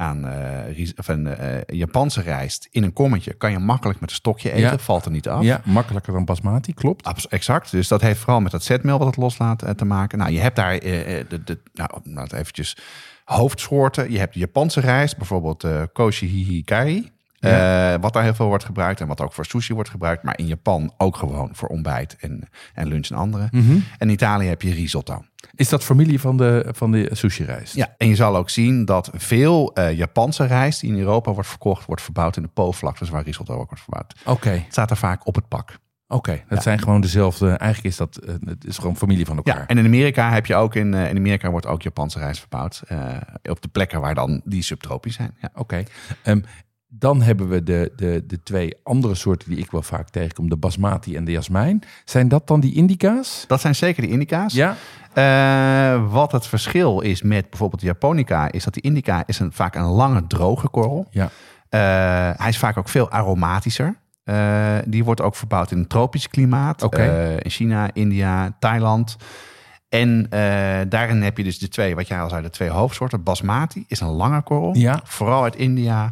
Speaker 2: Japanse rijst in een kommetje. Kan je makkelijk met een stokje eten, valt er niet af.
Speaker 3: Ja, makkelijker dan basmati, klopt.
Speaker 2: Exact, dus dat heeft vooral met dat zetmeel wat het loslaat te maken. Nou, je hebt daar eventjes hoofdsoorten. Je hebt de Japanse rijst, bijvoorbeeld Koshihiri Kari. Wat daar heel veel wordt gebruikt en wat ook voor sushi wordt gebruikt. Maar in Japan ook gewoon voor ontbijt en lunch en andere. Mm-hmm. En in Italië heb je risotto.
Speaker 3: Is dat familie van de sushi-rijst?
Speaker 2: Ja, en je zal ook zien dat veel Japanse rijst die in Europa wordt verkocht, wordt verbouwd in de Po-vlaktes waar risotto ook wordt verbouwd.
Speaker 3: Het
Speaker 2: staat er vaak op het pak.
Speaker 3: Dat zijn gewoon dezelfde. Eigenlijk is het is gewoon familie van elkaar.
Speaker 2: Ja, en in Amerika heb je ook in Amerika wordt ook Japanse rijst verbouwd op de plekken waar dan die subtropisch zijn. Ja.
Speaker 3: Dan hebben we de 2 andere soorten die ik wel vaak tegenkom. De basmati en de jasmijn. Zijn dat dan die indica's? Dat zijn
Speaker 2: zeker de indica's. Ja. Wat het verschil is met bijvoorbeeld de Japonica, is dat die indica is vaak een lange droge korrel. Ja. Hij is vaak ook veel aromatischer. Die wordt ook verbouwd in een tropisch klimaat. In China, India, Thailand. En daarin heb je dus wat jij al zei, de 2 hoofdsoorten. Basmati is een lange korrel. Ja. Vooral uit India.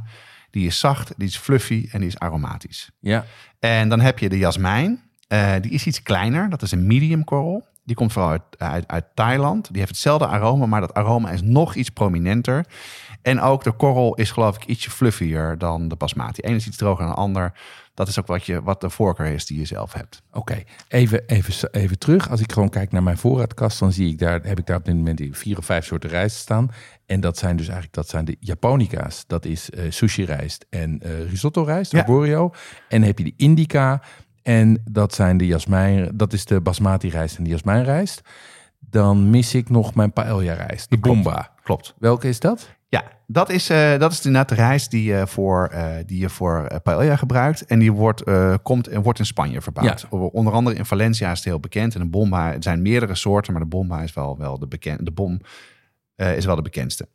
Speaker 2: Die is zacht, die is fluffy en die is aromatisch.
Speaker 3: Ja.
Speaker 2: En dan heb je de jasmijn. Die is iets kleiner. Dat is een medium korrel. Die komt vooral uit Thailand. Die heeft hetzelfde aroma, maar dat aroma is nog iets prominenter. En ook de korrel is geloof ik ietsje fluffier dan de basmati. Eén is iets droger dan de ander. Dat is ook wat de voorkeur is die je zelf hebt.
Speaker 3: Oké, even terug. Als ik gewoon kijk naar mijn voorraadkast, dan heb ik daar op dit moment 4 of 5 soorten rijst staan. En dat zijn dus eigenlijk de Japonica's. Dat is sushi rijst en risotto rijst, arborio. En dan heb je de indica. En dat zijn de jasmijn. Dat is de basmati rijst en de jasmijnrijst. Dan mis ik nog mijn paella rijst, de bomba.
Speaker 2: Klopt.
Speaker 3: Welke is dat?
Speaker 2: Ja, dat is inderdaad de rijst die je voor paella gebruikt. En die wordt in Spanje verbouwd. Ja. Onder andere in Valencia is het heel bekend. En de bomba, er zijn meerdere soorten, maar de bomba is wel de bekende. De bom is wel de bekendste.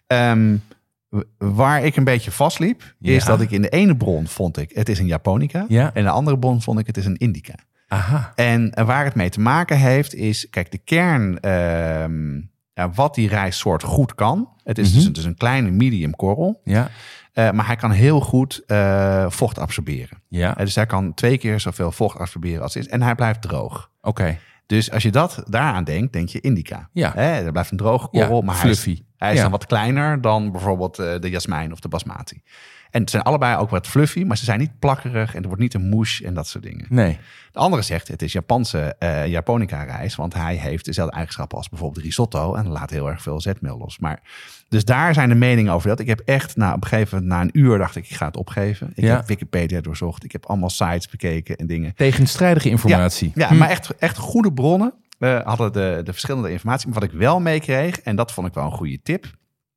Speaker 2: Waar ik een beetje vastliep, is dat ik in de ene bron vond ik het is een Japonica. Ja. En de andere bron vond ik het is een Indica.
Speaker 3: Aha.
Speaker 2: En waar het mee te maken heeft is, kijk, de kern, wat die rijstsoort goed kan. Het is dus een kleine medium korrel.
Speaker 3: Ja.
Speaker 2: Maar hij kan heel goed vocht absorberen.
Speaker 3: Ja.
Speaker 2: Dus hij kan 2 keer zoveel vocht absorberen als is. En hij blijft droog.
Speaker 3: Oké.
Speaker 2: Dus als je daaraan denkt, denk je Indica.
Speaker 3: Ja.
Speaker 2: Er blijft een droge korrel, maar
Speaker 3: fluffy.
Speaker 2: Hij is dan wat kleiner dan bijvoorbeeld de jasmijn of de basmati. En het zijn allebei ook wat fluffy, maar ze zijn niet plakkerig en er wordt niet een mousse en dat soort dingen.
Speaker 3: Nee.
Speaker 2: De andere zegt, het is Japanse Japonica rijst, want hij heeft dezelfde eigenschappen als bijvoorbeeld risotto en laat heel erg veel zetmeel los. Maar dus daar zijn de meningen over dat. Ik heb echt op een gegeven moment, na een uur dacht ik ga het opgeven. Ik heb Wikipedia doorzocht, ik heb allemaal sites bekeken en dingen.
Speaker 3: Tegenstrijdige informatie.
Speaker 2: Ja, maar echt goede bronnen hadden de verschillende informatie. Maar wat ik wel meekreeg, en dat vond ik wel een goede tip.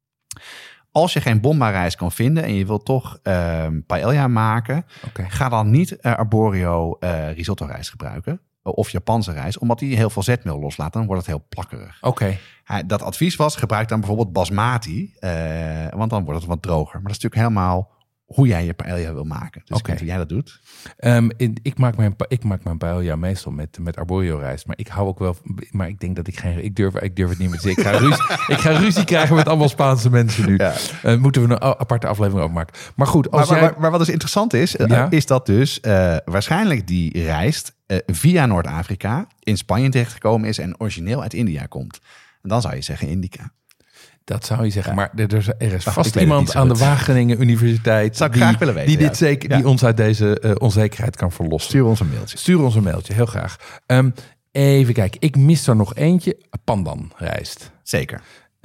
Speaker 2: Als je geen bomba rijst kan vinden en je wilt toch paella maken, ga dan niet arborio risotto rijst gebruiken. Of Japanse rijst, omdat die heel veel zetmeel loslaat. Dan wordt het heel plakkerig.
Speaker 3: Oké.
Speaker 2: Dat advies was, gebruik dan bijvoorbeeld basmati. Want dan wordt het wat droger. Maar dat is natuurlijk helemaal hoe jij je paella wil maken. Dus ik weet hoe jij dat doet.
Speaker 3: Ik maak mijn paella meestal met arborio rijst. Maar ik hou ook wel. Maar ik denk dat ik durf het niet meer te zeggen. Ik ga ruzie krijgen met allemaal Spaanse mensen nu. Ja. Moeten we een aparte aflevering over maken. Maar goed,
Speaker 2: maar wat dus interessant is, is dat dus waarschijnlijk die rijst via Noord-Afrika in Spanje terechtgekomen is en origineel uit India komt. En dan zou je zeggen Indica.
Speaker 3: Dat zou je zeggen, maar er is vast iemand aan de Wageningen Universiteit
Speaker 2: zou ik graag willen weten,
Speaker 3: die ons uit deze onzekerheid kan verlossen.
Speaker 2: Stuur ons een mailtje.
Speaker 3: Heel graag. Even kijken, ik mis er nog eentje, pandan rijst.
Speaker 2: Zeker.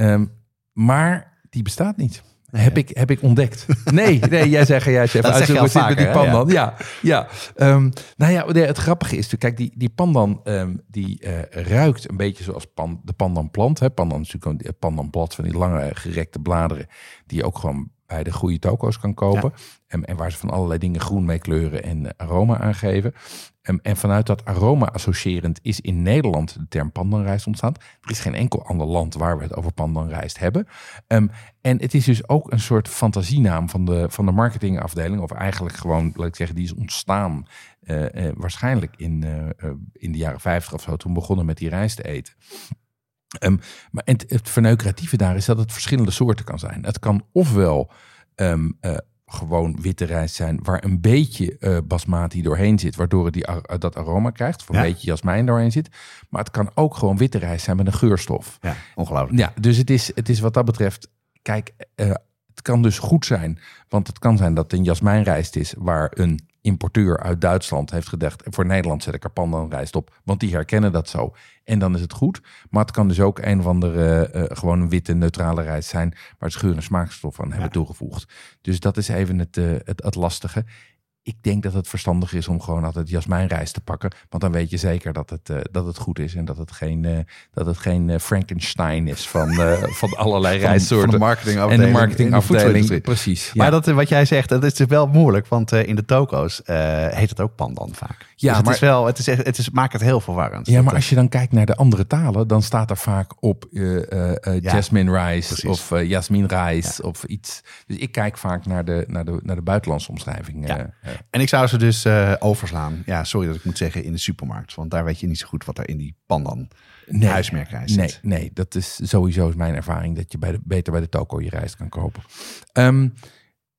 Speaker 3: Maar die bestaat niet. Heb ik ontdekt. Nee, jij zegt, jij chef,
Speaker 2: dat zeg je al vaker,
Speaker 3: die pandan. Ja. Het grappige is, kijk, die pandan die ruikt een beetje zoals de pandanplant. Pandan is natuurlijk een pandanblad van die lange gerekte bladeren die je ook gewoon bij de goede toko's kan kopen. Ja. En waar ze van allerlei dingen groen mee kleuren en aroma aangeven. En vanuit dat aroma associërend is in Nederland de term pandanrijst ontstaan. Er is geen enkel ander land waar we het over pandanrijst hebben. En het is dus ook een soort fantasienaam van de marketingafdeling. Of eigenlijk gewoon, laat ik zeggen, die is ontstaan waarschijnlijk in de jaren 50 of zo. Toen begonnen met die rijst te eten. Maar het verneukeratieve daar is dat het verschillende soorten kan zijn. Het kan ofwel gewoon witte rijst zijn waar een beetje basmati doorheen zit, waardoor het dat aroma krijgt, of een beetje jasmijn doorheen zit. Maar het kan ook gewoon witte rijst zijn met een geurstof.
Speaker 2: Ja, ongelooflijk.
Speaker 3: Ja, dus het is wat dat betreft, kijk, het kan dus goed zijn, want het kan zijn dat het een jasmijnrijst is waar een importeur uit Duitsland heeft gedacht, voor Nederland zet ik er pandanrijst op, want die herkennen dat zo. En dan is het goed. Maar het kan dus ook een of andere gewoon een witte neutrale rijst zijn waar ze geur en smaakstof aan hebben toegevoegd. Dus dat is even het lastige. Ik denk dat het verstandig is om gewoon altijd jasmijnrijst te pakken. Want dan weet je zeker dat het goed is. En dat het geen Frankenstein is van allerlei rijstsoorten.
Speaker 2: Van de marketingafdeling.
Speaker 3: En de marketingafdeling, precies. Ja.
Speaker 2: Maar dat, wat jij zegt, dat is wel moeilijk. Want in de toko's heet het ook pandan vaak.
Speaker 3: Ja,
Speaker 2: dus het maakt het heel verwarrend.
Speaker 3: Ja, maar als je dan kijkt naar de andere talen, dan staat er vaak op jasmine rice of jasmin rice of iets. Dus ik kijk vaak naar de buitenlandse omschrijving.
Speaker 2: En ik zou ze dus overslaan. Ja, sorry dat ik moet zeggen in de supermarkt. Want daar weet je niet zo goed wat er in die pandan huismerkrijst zit.
Speaker 3: Nee, dat is sowieso mijn ervaring dat je beter bij de toko je rijst kan kopen.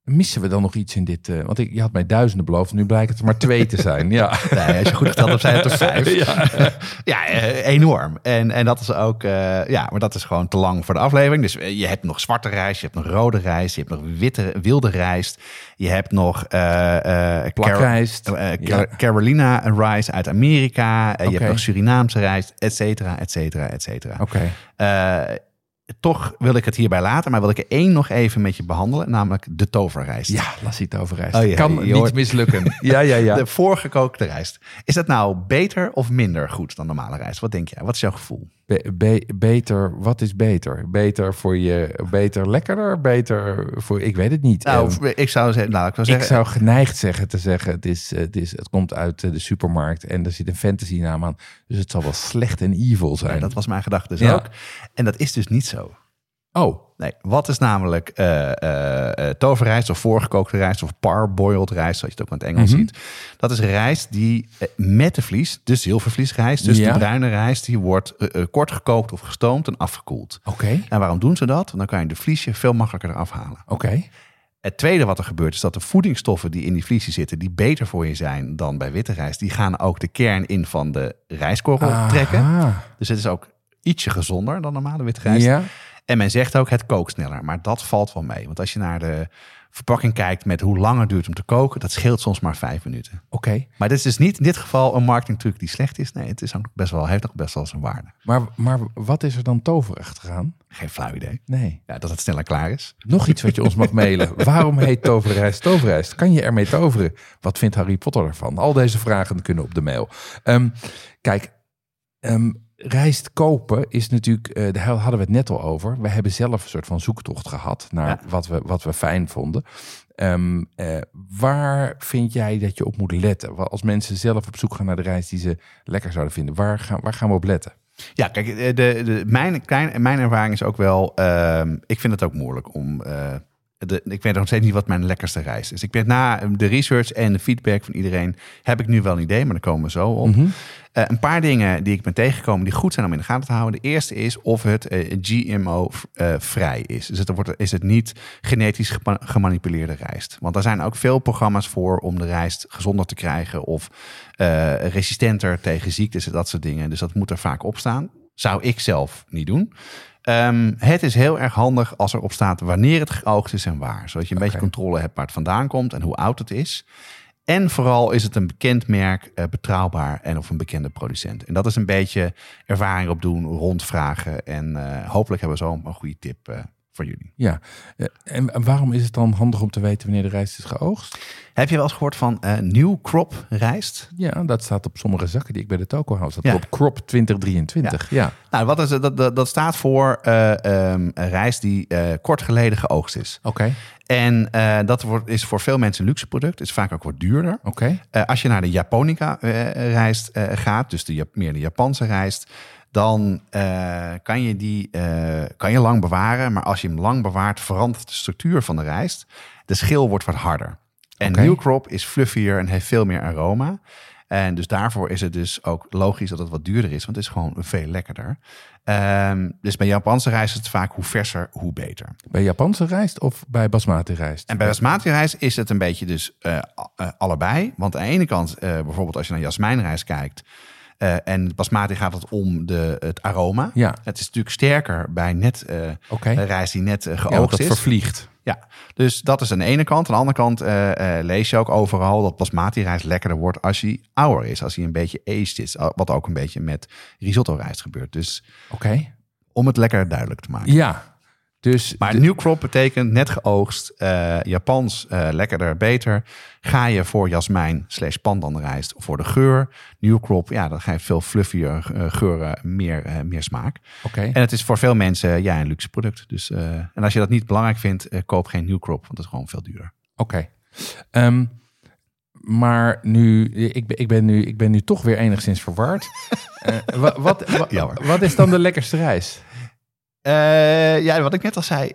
Speaker 3: Missen we dan nog iets in dit? Want je had mij 1000 beloofd, nu blijkt het er maar 2 te zijn. Ja.
Speaker 2: Nee, als je goed geteld hebt, zijn het er 5. Enorm. En dat is ook, maar dat is gewoon te lang voor de aflevering. Dus je hebt nog zwarte rijst, je hebt nog rode rijst, je hebt nog wilde rijst. Je hebt nog
Speaker 3: plakrijst.
Speaker 2: Carolina rijst uit Amerika. Je hebt nog Surinaamse rijst, et cetera, et cetera, et cetera.
Speaker 3: Oké.
Speaker 2: Toch wil ik het hierbij laten, maar wil ik er 1 nog even met je behandelen, namelijk de toverrijst.
Speaker 3: Ja, lassie toverrijst. Kan niet mislukken. Ja.
Speaker 2: De voorgekookte rijst. Is dat nou beter of minder goed dan normale rijst? Wat denk jij? Wat is jouw gevoel?
Speaker 3: Beter, wat is beter? Beter voor je, beter lekkerder? Beter voor, ik weet het niet.
Speaker 2: Nou, ik zou zeggen...
Speaker 3: Ik zou geneigd te zeggen, het komt uit de supermarkt en er zit een fantasy naam aan. Dus het zal wel slecht en evil zijn.
Speaker 2: Ja, dat was mijn gedachte dus ook. En dat is dus niet zo.
Speaker 3: Oh.
Speaker 2: Nee, wat is namelijk toverrijst of voorgekookte rijst of parboiled rijst, zoals je het ook in het Engels ziet. Dat is rijst die met de vlies, de zilvervliesrijst, dus de bruine rijst, die wordt kort gekookt of gestoomd en afgekoeld.
Speaker 3: Oké.
Speaker 2: En waarom doen ze dat? Dan kan je de vliesje veel makkelijker eraf halen.
Speaker 3: Oké.
Speaker 2: Het tweede wat er gebeurt is dat de voedingsstoffen die in die vliesje zitten, die beter voor je zijn dan bij witte rijst, die gaan ook de kern in van de rijstkorrel trekken. Dus het is ook ietsje gezonder dan normale witte rijst. Ja. En men zegt ook, het kookt sneller. Maar dat valt wel mee. Want als je naar de verpakking kijkt met hoe lang het duurt om te koken, dat scheelt soms maar 5 minuten.
Speaker 3: Oké.
Speaker 2: Maar dit is dus niet in dit geval een marketingtruc die slecht is. Nee, het is ook heeft ook best wel zijn waarde.
Speaker 3: Maar wat is er dan toverachtig aan?
Speaker 2: Geen flauw idee.
Speaker 3: Nee.
Speaker 2: Ja, dat het sneller klaar is.
Speaker 3: Nog iets wat je ons mag mailen. Waarom heet toverrijst toverrijst? Kan je ermee toveren? Wat vindt Harry Potter ervan? Al deze vragen kunnen op de mail. Rijst kopen is natuurlijk, daar hadden we het net al over. We hebben zelf een soort van zoektocht gehad naar wat we fijn vonden. Waar vind jij dat je op moet letten? Als mensen zelf op zoek gaan naar de rijst die ze lekker zouden vinden, waar gaan we op letten? Ja,
Speaker 2: kijk, mijn ervaring is ook wel, ik vind het ook moeilijk om... ik weet nog steeds niet wat mijn lekkerste rijst is. Ik ben na de research en de feedback van iedereen, heb ik nu wel een idee, maar daar komen we zo op. Een paar dingen die ik ben tegengekomen die goed zijn om in de gaten te houden. De eerste is of het GMO-vrij is. Dus is het niet genetisch gemanipuleerde rijst. Want daar zijn ook veel programma's voor om de rijst gezonder te krijgen of resistenter tegen ziektes en dat soort dingen. Dus dat moet er vaak op staan. Zou ik zelf niet doen. Het is heel erg handig als er op staat wanneer het geoogst is en waar. Zodat je een beetje controle hebt waar het vandaan komt en hoe oud het is. En vooral is het een bekend merk, betrouwbaar en of een bekende producent. En dat is een beetje ervaring opdoen, rondvragen. En hopelijk hebben we zo een goede tip voor jullie.
Speaker 3: Ja, en waarom is het dan handig om te weten wanneer de rijst is geoogst?
Speaker 2: Heb je wel eens gehoord van New Crop rijst?
Speaker 3: Ja, dat staat op sommige zakken die ik bij de toko hou. Dat op Crop 2023. Ja.
Speaker 2: Nou, wat is dat staat voor rijst die kort geleden geoogst is.
Speaker 3: Oké.
Speaker 2: En dat is voor veel mensen een luxe product. Is vaak ook wat duurder.
Speaker 3: Oké.
Speaker 2: Als je naar de Japonica rijst gaat, dus meer de Japanse rijst, dan kan je lang bewaren. Maar als je hem lang bewaart, verandert de structuur van de rijst. De schil wordt wat harder. En New Crop is fluffier en heeft veel meer aroma. En dus daarvoor is het dus ook logisch dat het wat duurder is. Want het is gewoon veel lekkerder. Dus bij Japanse rijst is het vaak hoe verser, hoe beter.
Speaker 3: Bij Japanse rijst of bij basmati rijst?
Speaker 2: En bij basmati rijst is het een beetje dus allebei. Want aan de ene kant, bijvoorbeeld als je naar jasmijnrijst kijkt, en basmati gaat het om het aroma.
Speaker 3: Ja.
Speaker 2: Het is natuurlijk sterker bij rijst die net geoogst is.
Speaker 3: Dat vervliegt.
Speaker 2: Ja, dus dat is aan de ene kant. Aan de andere kant lees je ook overal dat basmati rijst lekkerder wordt als hij ouder is. Als hij een beetje aged is. Wat ook een beetje met risotto rijst gebeurt. Dus om het lekker duidelijk te maken.
Speaker 3: Ja. Dus
Speaker 2: maar New Crop betekent net geoogst, Japans, lekkerder, beter. Ga je voor jasmijn / pandan rijst voor de geur. New Crop, dat geeft veel fluffier geuren, meer smaak. En het is voor veel mensen een luxe product. Dus, en als je dat niet belangrijk vindt, koop geen New Crop, want het is gewoon veel duurder.
Speaker 3: Maar nu, ik ben nu toch weer enigszins verward. Wat is dan de lekkerste rijst?
Speaker 2: Wat ik net al zei.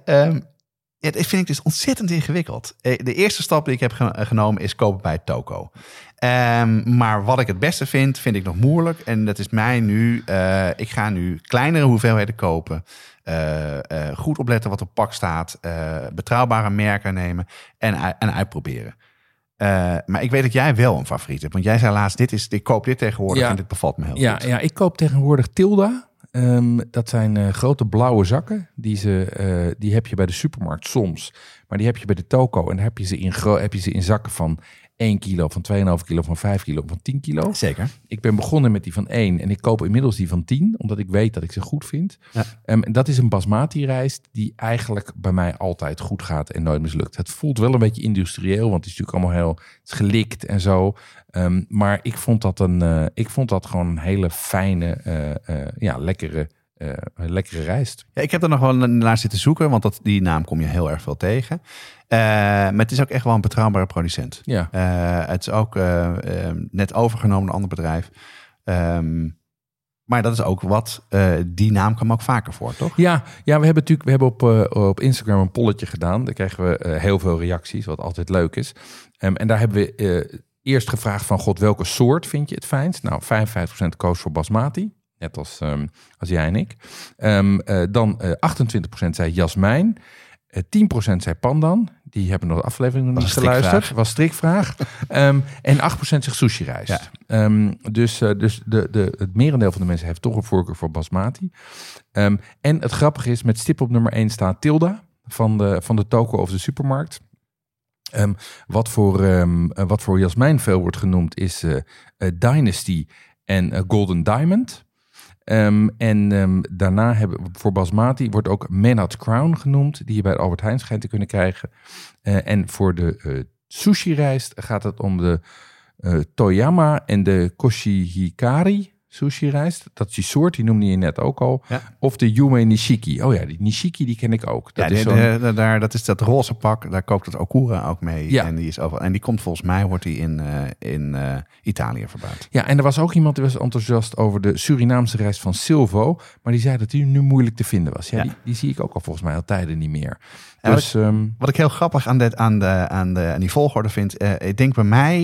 Speaker 2: Dat vind ik dus ontzettend ingewikkeld. De eerste stap die ik heb genomen is kopen bij toko. Maar wat ik het beste vind ik nog moeilijk. En dat is mij nu... ik ga nu kleinere hoeveelheden kopen. Goed opletten wat op pak staat. Betrouwbare merken nemen. En uitproberen. Maar ik weet dat jij wel een favoriet hebt. Want jij zei laatst, ik koop dit tegenwoordig en dit bevalt me heel goed.
Speaker 3: Ja, ik koop tegenwoordig Tilda. Dat zijn grote blauwe zakken. Die heb je bij de supermarkt soms. Maar die heb je bij de toko. En dan heb je ze in zakken van 1 kilo, van 2,5 kilo, van 5 kilo, van 10 kilo.
Speaker 2: Zeker.
Speaker 3: Ik ben begonnen met die van 1 en ik koop inmiddels die van 10, omdat ik weet dat ik ze goed vind. Ja. Dat is een basmati rijst die eigenlijk bij mij altijd goed gaat en nooit mislukt. Het voelt wel een beetje industrieel, want het is natuurlijk allemaal heel gelikt en zo. Maar ik vond dat gewoon een hele fijne, lekkere rijst.
Speaker 2: Ja, ik heb er nog wel naar zitten zoeken, want die naam kom je heel erg veel tegen. Maar het is ook echt wel een betrouwbare producent.
Speaker 3: Ja.
Speaker 2: Het is ook net overgenomen door een ander bedrijf. Maar dat is ook wat, die naam kwam ook vaker voor, toch?
Speaker 3: Ja, we hebben op Instagram een polletje gedaan. Daar krijgen we heel veel reacties, wat altijd leuk is. En daar hebben we eerst gevraagd van, God, welke soort vind je het fijnst? Nou, 55% koos voor basmati. Net als jij en ik. Dan 28% zei jasmijn. 10% zei pandan. Die hebben nog de aflevering nog niet geluisterd. Was strikvraag. En 8% zegt sushi rijst. Ja. Dus het merendeel van de mensen heeft toch een voorkeur voor basmati. En het grappige is, met stip op nummer 1 staat Tilda van de toko of de supermarkt. Wat voor jasmijn veel wordt genoemd is Dynasty en Golden Diamond. Daarna voor basmati wordt ook Menat Crown genoemd, die je bij Albert Heijn schijnt te kunnen krijgen. En voor de sushi rijst gaat het om de Toyama en de Koshihikari sushi rijst. Dat is die soort, die noemde je net ook al. Ja. Of de Yume Nishiki. Oh ja, die Nishiki die ken ik ook.
Speaker 2: Dat is dat roze pak, daar koopt het Okura ook mee. Ja. En die komt volgens mij, wordt die in Italië verbouwd.
Speaker 3: Ja, en er was ook iemand die was enthousiast over de Surinaamse rijst van Silvo. Maar die zei dat die nu moeilijk te vinden was. Ja. Die zie ik ook al volgens mij al tijden niet meer.
Speaker 2: Ja, dus, wat ik heel grappig aan die volgorde vind, ik denk bij mij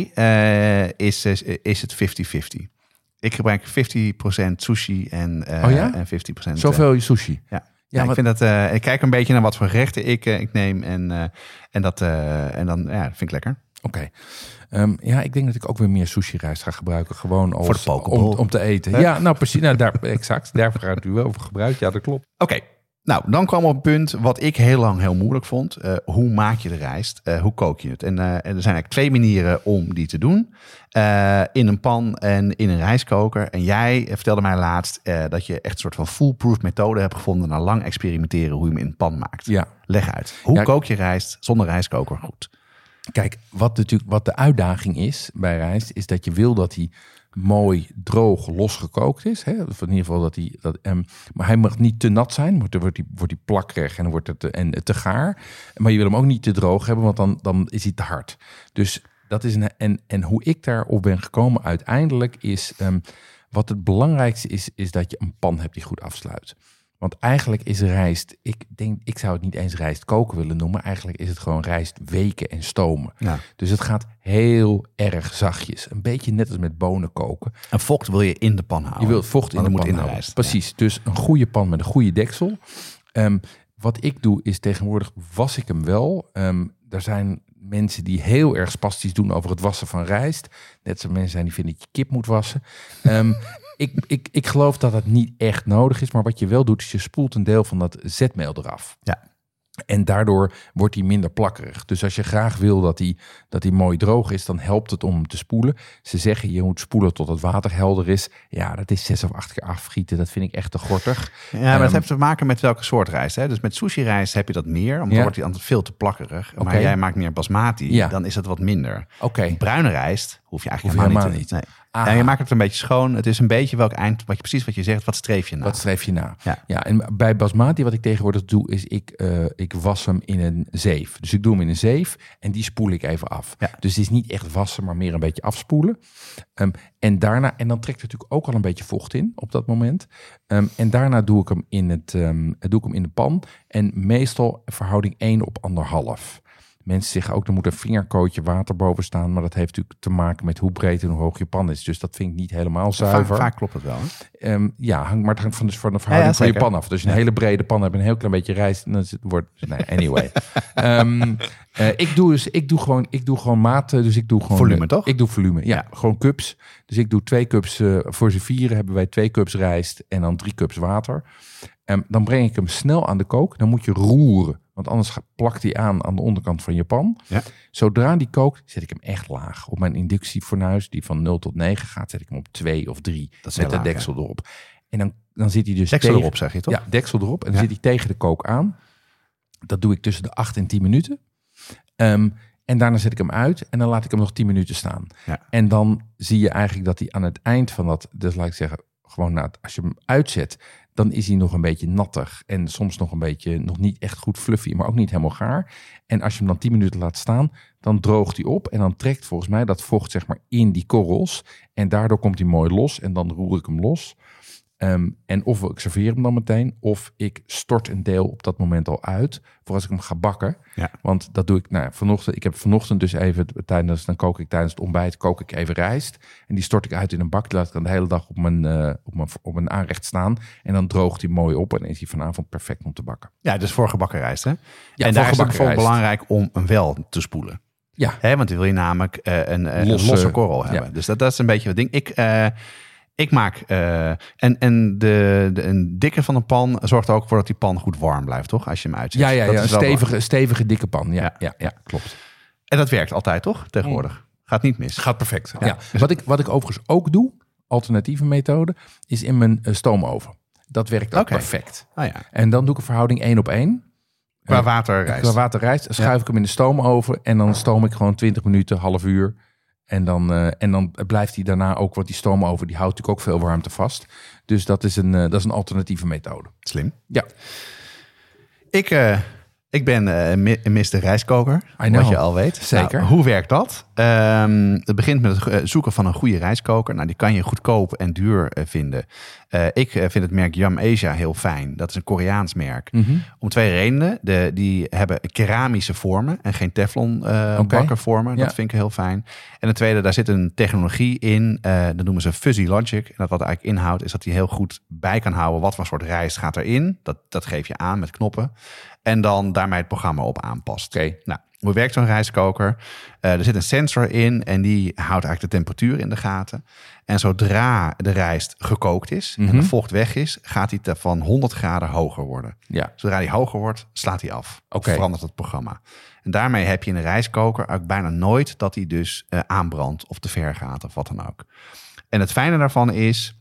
Speaker 2: is het 50-50. Ik gebruik 50% sushi en 50%...
Speaker 3: Zoveel sushi?
Speaker 2: Ja, ik vind dat... ik kijk een beetje naar wat voor gerechten ik neem en dan vind ik lekker.
Speaker 3: Oké. Ik denk dat ik ook weer meer sushi-rijst ga gebruiken. Gewoon als,
Speaker 2: voor de
Speaker 3: om te eten. Hè? Ja, nou precies. Nou, exact. Daarvoor gaat u wel voor gebruikt. Ja, dat klopt.
Speaker 2: Oké. Nou, dan kwam op een punt wat ik heel lang heel moeilijk vond. Hoe maak je de rijst? Hoe kook je het? En er zijn eigenlijk 2 manieren om die te doen. In een pan en in een rijstkoker. En jij vertelde mij laatst dat je echt een soort van foolproof methode hebt gevonden na lang experimenteren hoe je hem in een pan maakt.
Speaker 3: Ja.
Speaker 2: Leg uit. Hoe kook je rijst zonder rijstkoker goed?
Speaker 3: Kijk, wat de uitdaging is bij rijst, is dat je wil dat hij mooi droog losgekookt is. Hè? Of in ieder geval maar hij mag niet te nat zijn. Wordt hij plakkerig en dan wordt het te gaar. Maar je wil hem ook niet te droog hebben, want dan is hij te hard. Dus dat is en hoe ik daarop ben gekomen uiteindelijk is, wat het belangrijkste is dat je een pan hebt die goed afsluit. Want eigenlijk is rijst, ik zou het niet eens rijst koken willen noemen. Eigenlijk is het gewoon rijst weken en stomen. Ja. Dus het gaat heel erg zachtjes. Een beetje net als met bonen koken.
Speaker 2: En vocht wil je in de pan houden.
Speaker 3: Je wilt vocht in de pan houden. Rijst. Precies, dus een goede pan met een goede deksel. Wat ik doe is tegenwoordig was ik hem wel. Er zijn mensen die heel erg spastisch doen over het wassen van rijst. Net zoals mensen zijn die vinden dat je kip moet wassen. Ik geloof dat het niet echt nodig is. Maar wat je wel doet, is je spoelt een deel van dat zetmeel eraf. Ja. En daardoor wordt hij minder plakkerig. Dus als je graag wil dat hij mooi droog is, dan helpt het om hem te spoelen. Ze zeggen je moet spoelen tot het water helder is. Ja, dat is 6 of 8 keer afgieten. Dat vind ik echt te gortig.
Speaker 2: Ja, maar het heeft te maken met welke soort rijst. Hè? Dus met sushi rijst heb je dat meer. Omdat wordt hij altijd veel te plakkerig. Okay. Maar jij maakt meer basmati, dan is het wat minder.
Speaker 3: Okay.
Speaker 2: Bruine rijst hoef je eigenlijk helemaal niet. Nee. Ja, je maakt het een beetje schoon. Het is een beetje welk eind, precies wat je zegt. Wat streef je na?
Speaker 3: Wat streef je na? Ja, en bij basmati wat ik tegenwoordig doe, is ik was hem in een zeef. Dus ik doe hem in een zeef en die spoel ik even af. Ja. Dus het is niet echt wassen, maar meer een beetje afspoelen. En dan trekt er natuurlijk ook al een beetje vocht in op dat moment. En daarna doe ik hem in de pan. En meestal verhouding 1 op 1,5. mensen zeggen ook, er moet een vingerkootje water boven staan. Maar dat heeft natuurlijk te maken met hoe breed en hoe hoog je pan is. Dus dat vind ik niet helemaal zuiver.
Speaker 2: Vaak klopt het wel. Hè?
Speaker 3: Maar het hangt van de verhouding van je pan af. Dus een hele brede pan hebt, een heel klein beetje rijst. En dan wordt, anyway. Ik doe gewoon maten. Dus ik doe gewoon
Speaker 2: volume, toch?
Speaker 3: Ik doe volume, ja. Gewoon cups. Dus ik doe 2 cups. Voor z'n 4 hebben wij 2 cups rijst en dan 3 cups water. Dan breng ik hem snel aan de kook. Dan moet je roeren. Want anders plakt hij aan de onderkant van je pan. Ja. Zodra die kookt, zet ik hem echt laag. Op mijn inductiefornuis, die van 0 tot 9 gaat, zet ik hem op 2 of 3. Met de deksel erop. En dan zit hij dus
Speaker 2: deksel erop, zeg je toch?
Speaker 3: Ja, deksel erop. En dan zit hij tegen de kook aan. Dat doe ik tussen de 8 en 10 minuten. En daarna zet ik hem uit en dan laat ik hem nog 10 minuten staan. Ja. En dan zie je eigenlijk dat hij aan het eind van dat, dus laat ik zeggen, gewoon als je hem uitzet, dan is hij nog een beetje nattig. En soms nog een beetje, nog niet echt goed fluffy, maar ook niet helemaal gaar. En als je hem dan 10 minuten laat staan, dan droogt hij op. En dan trekt volgens mij dat vocht zeg maar in die korrels. En daardoor komt hij mooi los en dan roer ik hem los. En of ik serveer hem dan meteen, of ik stort een deel op dat moment al uit, voor als ik hem ga bakken. Ja. Want dat doe ik vanochtend. Ik heb vanochtend dus even dan kook ik tijdens het ontbijt even rijst. En die stort ik uit in een bak. Die laat ik dan de hele dag op mijn aanrecht staan. En dan droogt hij mooi op en is hij vanavond perfect om te bakken.
Speaker 2: Ja, dus voor gebakken rijst, hè? Ja, en daar is het bijvoorbeeld belangrijk om hem wel te spoelen. Ja. Want dan wil je namelijk een losse korrel hebben. Ja. Dus dat is een beetje wat ding. Ik maak een dikke van een pan zorgt er ook voor dat die pan goed warm blijft, toch? Als je hem uitzet.
Speaker 3: Ja, een stevige dikke pan. Ja, klopt.
Speaker 2: En dat werkt altijd, toch? Tegenwoordig. Gaat niet mis.
Speaker 3: Gaat perfect. Ja. Wat ik overigens ook doe, alternatieve methode, is in mijn stoomoven. Dat werkt ook perfect. Oh, ja. En dan doe ik een verhouding 1:1.
Speaker 2: Qua waterrijst.
Speaker 3: Schuif ik hem in de stoomoven en dan stoom ik gewoon 20 minuten, half uur. En dan blijft hij daarna ook, want die stoomoven die houdt natuurlijk ook veel warmte vast. Dus dat is een alternatieve methode.
Speaker 2: Slim.
Speaker 3: Ja.
Speaker 2: Ik ben een Mr. Rijstkoker, wat je al weet.
Speaker 3: Zeker.
Speaker 2: Nou, hoe werkt dat? Het begint met het zoeken van een goede rijstkoker. Nou, die kan je goedkoop en duur vinden. Ik vind het merk Yum Asia heel fijn. Dat is een Koreaans merk. Mm-hmm. Om 2 redenen. Die hebben keramische vormen en geen teflon bakkenvormen. Dat vind ik heel fijn. En de tweede, daar zit een technologie in. Dat noemen ze Fuzzy Logic. En dat wat eigenlijk inhoudt, is dat hij heel goed bij kan houden wat voor soort rijst gaat erin. Dat geef je aan met knoppen. En dan daarmee het programma op aanpast.
Speaker 3: Okay.
Speaker 2: Nou, hoe werkt zo'n rijstkoker? Er zit een sensor in en die houdt eigenlijk de temperatuur in de gaten. En zodra de rijst gekookt is en de vocht weg is, gaat hij van 100 graden hoger worden. Ja. Zodra hij hoger wordt, slaat hij af. Okay. Verandert het programma. En daarmee heb je in de rijstkoker eigenlijk bijna nooit dat hij dus aanbrandt of te ver gaat of wat dan ook. En het fijne daarvan is,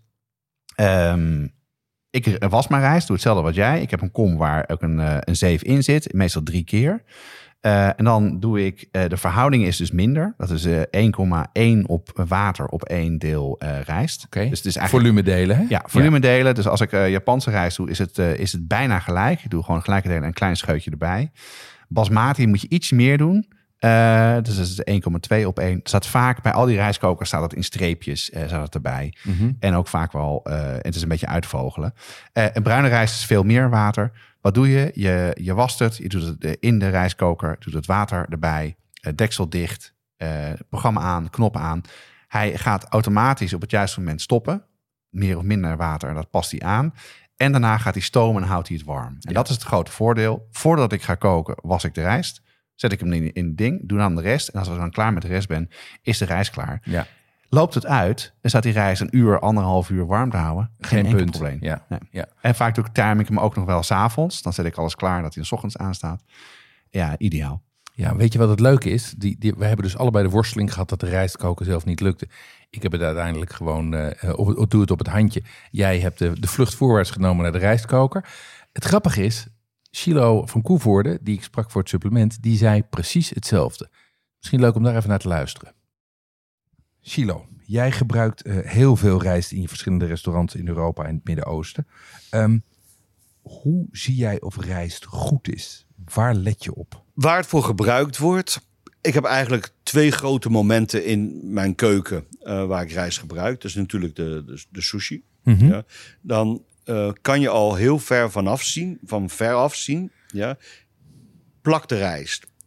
Speaker 2: ik was mijn rijst, doe hetzelfde wat jij. Ik heb een kom waar ook een zeef in zit, meestal 3 keer. En dan doe ik, de verhouding is dus minder. Dat is 1,1 op water op 1 deel rijst.
Speaker 3: Okay.
Speaker 2: Dus het is eigenlijk
Speaker 3: volume delen, hè?
Speaker 2: Ja, volume delen. Dus als ik Japanse rijst doe, is het bijna gelijk. Ik doe gewoon gelijke delen en een klein scheutje erbij. Basmati moet je iets meer doen. Dus dat is 1,2 op 1. Staat vaak bij al die rijstkokers staat dat in streepjes staat het erbij. Mm-hmm. En ook vaak wel, het is een beetje uitvogelen. En bruine rijst is veel meer water. Wat doe je? Je wast het, je doet het in de rijstkoker, doet het water erbij, deksel dicht, programma aan, knop aan. Hij gaat automatisch op het juiste moment stoppen. Meer of minder water, dat past hij aan. En daarna gaat hij stomen en houdt hij het warm. En dat is het grote voordeel. Voordat ik ga koken, was ik de rijst. Zet ik hem in het ding, doe dan de rest. En als ik dan klaar met de rest ben, is de rijst klaar. Ja. Loopt het uit, dan staat die rijst 1 uur, 1,5 uur warm te houden. Geen enkel probleem.
Speaker 3: Ja.
Speaker 2: Nee.
Speaker 3: Ja.
Speaker 2: En vaak time ik hem ook nog wel 's avonds. Dan zet ik alles klaar dat hij 's ochtends aanstaat. Ja, ideaal.
Speaker 3: Ja, weet je wat het leuke is? We hebben dus allebei de worsteling gehad dat de rijst koken zelf niet lukte. Ik heb het uiteindelijk gewoon, doe het op het handje. Jij hebt de vlucht voorwaarts genomen naar de rijstkoker. Het grappige is, Chilo van Koevoorde, die ik sprak voor het supplement, die zei precies hetzelfde. Misschien leuk om daar even naar te luisteren. Chilo, jij gebruikt heel veel rijst in je verschillende restaurants in Europa en het Midden-Oosten. Hoe zie jij of rijst goed is? Waar let je op?
Speaker 4: Waar het voor gebruikt wordt. Ik heb eigenlijk 2 grote momenten in mijn keuken waar ik rijst gebruik. Dus natuurlijk de sushi. Mm-hmm. Ja. Dan kan je al heel ver van veraf zien. Ja. Plak de rijst.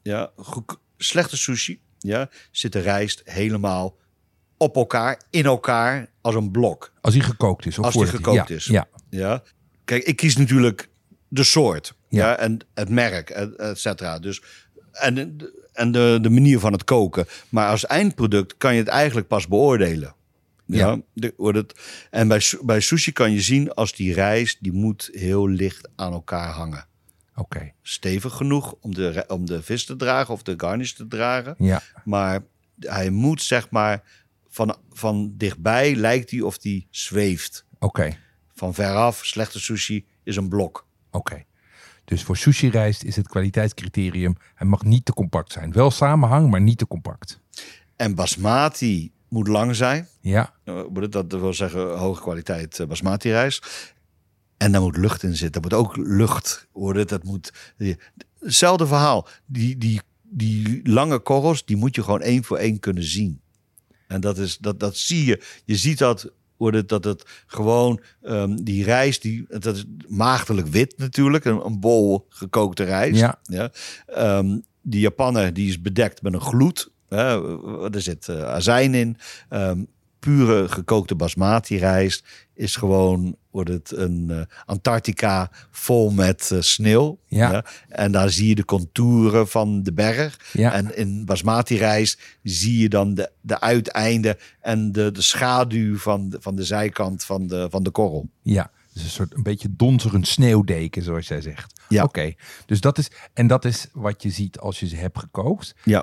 Speaker 4: Ja, slechte sushi. Ja, zit de rijst helemaal op elkaar, in elkaar, als een blok.
Speaker 3: Als die gekookt is. Of
Speaker 4: als die gekookt is. Ja. Kijk, ik kies natuurlijk de soort. Ja. En het merk, et cetera. Dus, en de manier van het koken. Maar als eindproduct kan je het eigenlijk pas beoordelen. Ja. En bij sushi kan je zien als die rijst, die moet heel licht aan elkaar hangen.
Speaker 3: Oké.
Speaker 4: Stevig genoeg om de vis te dragen of de garnish te dragen.
Speaker 3: Ja.
Speaker 4: Maar hij moet zeg maar van dichtbij lijkt hij of die zweeft.
Speaker 3: Oké.
Speaker 4: Van veraf, slechte sushi is een blok.
Speaker 3: Oké. Dus voor sushi rijst is het kwaliteitscriterium, hij mag niet te compact zijn. Wel samenhang, maar niet te compact.
Speaker 4: En basmati moet lang zijn.
Speaker 3: Ja.
Speaker 4: Dat wil zeggen hoge kwaliteit basmati rijst. En daar moet lucht in zitten. Dat moet ook lucht worden. Dat moet hetzelfde verhaal. Die lange korrels, die moet je gewoon 1 voor 1 kunnen zien. En dat zie je. Je ziet dat het gewoon die rijst, dat is maagdelijk wit natuurlijk, een bol gekookte rijst. Ja. Die Japaner die is bedekt met een gloed. Er zit azijn in. Pure gekookte basmati rijst is gewoon, wordt het een Antarctica vol met sneeuw.
Speaker 3: Ja.
Speaker 4: Ja. En daar zie je de contouren van de berg.
Speaker 3: Ja.
Speaker 4: En in basmati rijst zie je dan de uiteinden en de schaduw van de zijkant van de korrel.
Speaker 3: Ja, dus een beetje donzerend sneeuwdeken, zoals jij zegt.
Speaker 4: Ja.
Speaker 3: Oké. Dus dat is wat je ziet als je ze hebt gekookt.
Speaker 4: Ja.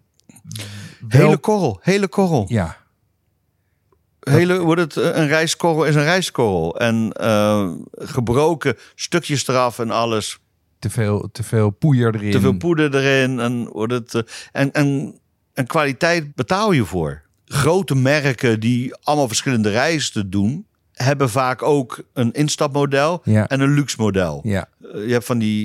Speaker 4: Hele korrel.
Speaker 3: Ja.
Speaker 4: Een rijstkorrel is een rijstkorrel. En gebroken stukjes eraf en alles.
Speaker 3: Te veel poeier erin.
Speaker 4: Te veel poeder erin. En kwaliteit betaal je voor. Grote merken die allemaal verschillende rijsten doen, hebben vaak ook een instapmodel en een luxe model.
Speaker 3: Ja.
Speaker 4: Je hebt van die,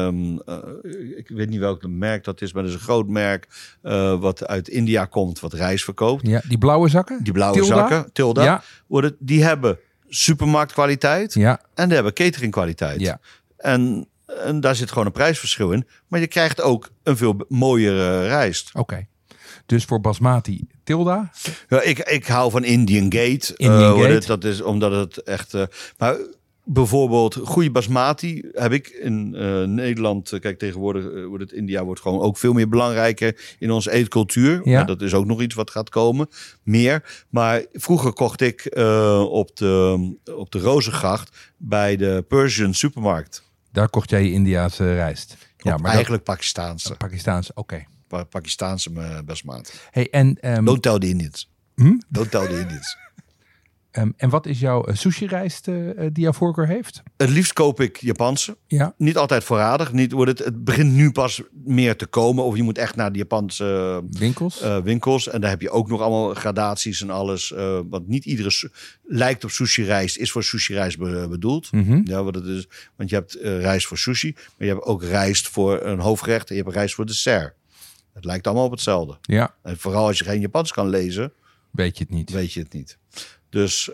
Speaker 4: ik weet niet welk merk dat is, maar dat is een groot merk wat uit India komt, wat rijst verkoopt.
Speaker 3: Ja, die blauwe zakken?
Speaker 4: Die blauwe zakken, Tilda. Ja. Die hebben supermarktkwaliteit en die hebben cateringkwaliteit.
Speaker 3: Ja.
Speaker 4: En daar zit gewoon een prijsverschil in. Maar je krijgt ook een veel mooiere rijst.
Speaker 3: Oké. Dus voor basmati Tilda?
Speaker 4: Ja, ik hou van Indian Gate. Dat is omdat het echt... maar bijvoorbeeld goede basmati heb ik in Nederland... kijk, tegenwoordig wordt India wordt gewoon ook veel meer belangrijker in onze eetcultuur.
Speaker 3: Ja.
Speaker 4: Maar dat is ook nog iets wat gaat komen. Meer. Maar vroeger kocht ik op de Rozengracht bij de Persian supermarkt.
Speaker 3: Daar kocht jij je Indiaanse rijst?
Speaker 4: Ja, maar eigenlijk Pakistaanse.
Speaker 3: Pakistaanse, oké.
Speaker 4: Pakistaanse basmati.
Speaker 3: Hey, en
Speaker 4: don't tell the Indians. Don't tell the Indians.
Speaker 3: En wat is jouw sushi-rijst die jouw voorkeur heeft?
Speaker 4: Het liefst koop ik Japanse.
Speaker 3: Ja.
Speaker 4: Niet altijd voorradig. Het begint nu pas meer te komen. Of je moet echt naar de Japanse winkels. En daar heb je ook nog allemaal gradaties en alles. Want niet iedere lijkt op sushi-rijst. Is voor sushi-rijst bedoeld.
Speaker 3: Mm-hmm.
Speaker 4: Ja, want je hebt rijst voor sushi. Maar je hebt ook rijst voor een hoofdgerecht. En je hebt rijst voor dessert. Het lijkt allemaal op hetzelfde.
Speaker 3: Ja.
Speaker 4: En vooral als je geen Japans kan lezen,
Speaker 3: weet je het niet.
Speaker 4: Dus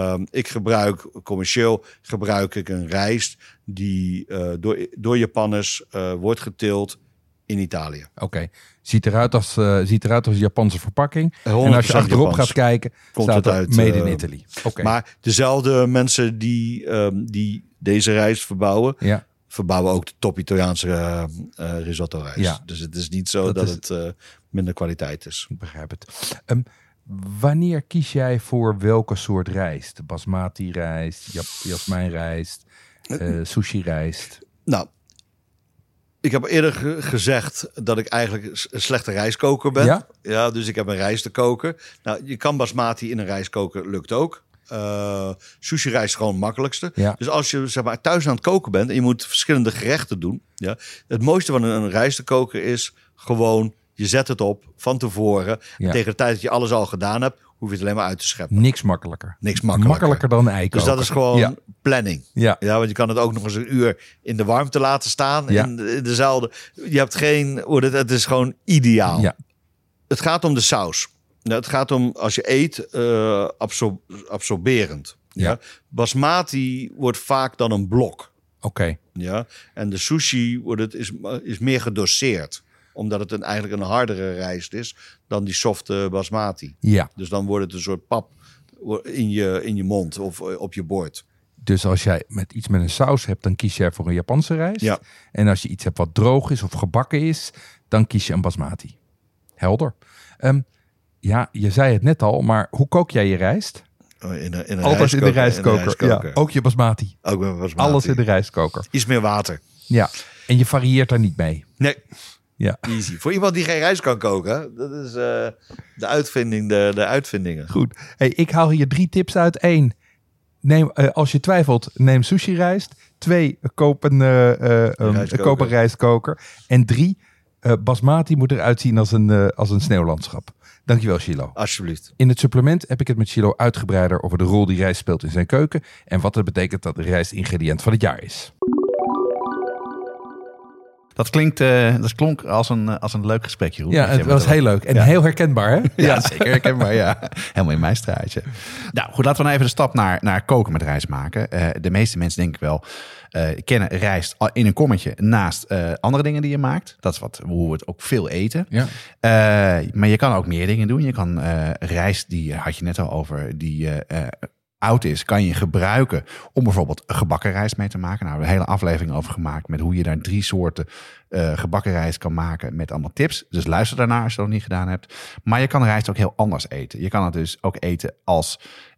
Speaker 4: commercieel gebruik ik een rijst die door Japanners wordt geteeld in Italië.
Speaker 3: Oké. Ziet eruit als een Japanse verpakking.
Speaker 4: 100%
Speaker 3: En als je achterop
Speaker 4: Japans.
Speaker 3: gaat kijken,
Speaker 4: komt
Speaker 3: staat
Speaker 4: het
Speaker 3: er
Speaker 4: uit
Speaker 3: Made in Italy. Okay.
Speaker 4: Maar dezelfde mensen die deze rijst verbouwen, verbouwen ook de top Italiaanse risotto rijst. Ja. Dus het is niet zo dat het minder kwaliteit is.
Speaker 3: Ik begrijp het. Wanneer kies jij voor welke soort rijst? Basmati rijst, jasmijn rijst, sushi rijst?
Speaker 4: Nou, ik heb eerder gezegd dat ik eigenlijk een slechte rijstkoker ben. Ja, dus ik heb een rijst te koken. Nou, je kan basmati in een rijst koken, lukt ook. Sushi rijst is gewoon het makkelijkste. Ja. Dus als je thuis aan het koken bent en je moet verschillende gerechten doen. Ja, het mooiste van een rijst te koken is gewoon, je zet het op van tevoren. Ja. Tegen de tijd dat je alles al gedaan hebt, hoef je het alleen maar uit te scheppen.
Speaker 3: Niks makkelijker. Makkelijker dan ei koken.
Speaker 4: Dus dat is gewoon planning. Ja, want je kan het ook nog eens een uur in de warmte laten staan. Ja. In dezelfde. Je hebt het is gewoon ideaal. Ja. Het gaat om de saus. Het gaat om, als je eet, absorberend. Ja. Basmati wordt vaak dan een blok.
Speaker 3: Oké.
Speaker 4: Ja. En de sushi is meer gedoseerd. Omdat het eigenlijk een hardere rijst is dan die softe basmati.
Speaker 3: Ja.
Speaker 4: Dus dan wordt het een soort pap in je mond of op je bord.
Speaker 3: Dus als jij iets met een saus hebt, dan kies jij voor een Japanse rijst.
Speaker 4: Ja.
Speaker 3: En als je iets hebt wat droog is of gebakken is, dan kies je een basmati. Helder. Ja, je zei het net al, maar hoe kook jij je rijst?
Speaker 4: Altijd
Speaker 3: in de rijstkoker. Ja, ook je basmati.
Speaker 4: Ook met basmati.
Speaker 3: Alles in de rijstkoker.
Speaker 4: Iets meer water.
Speaker 3: Ja, en je varieert daar niet mee.
Speaker 4: Nee.
Speaker 3: Ja.
Speaker 4: Easy. Voor iemand die geen rijst kan koken, dat is de uitvinding, de uitvindingen.
Speaker 3: Goed. Hey, ik haal hier 3 tips uit. 1. Als je twijfelt, neem sushi rijst. 2. Koop een rijstkoker. En 3. Basmati moet eruit zien als een sneeuwlandschap. Dankjewel, Chilo.
Speaker 4: Alsjeblieft.
Speaker 3: In het supplement heb ik het met Chilo uitgebreider over de rol die rijst speelt in zijn keuken en wat het betekent dat de rijst ingrediënt van het jaar is.
Speaker 2: Dat klonk als een leuk gesprek, Jeroen.
Speaker 3: Ja, het was heel leuk en heel herkenbaar, hè?
Speaker 2: Ja, zeker herkenbaar, ja. Helemaal in mijn straatje. Nou, goed, laten we nou even de stap naar koken met rijst maken. De meeste mensen, denk ik wel, kennen rijst in een kommetje naast andere dingen die je maakt. Dat is hoe we het ook veel eten.
Speaker 3: Ja.
Speaker 2: Maar je kan ook meer dingen doen. Je kan rijst, die had je net al over, die oud is, kan je gebruiken om bijvoorbeeld gebakken rijst mee te maken. Nou, we hebben een hele aflevering over gemaakt met hoe je daar 3 soorten gebakken rijst kan maken met allemaal tips. Dus luister daarnaar als je dat nog niet gedaan hebt. Maar je kan rijst ook heel anders eten. Je kan het dus ook eten als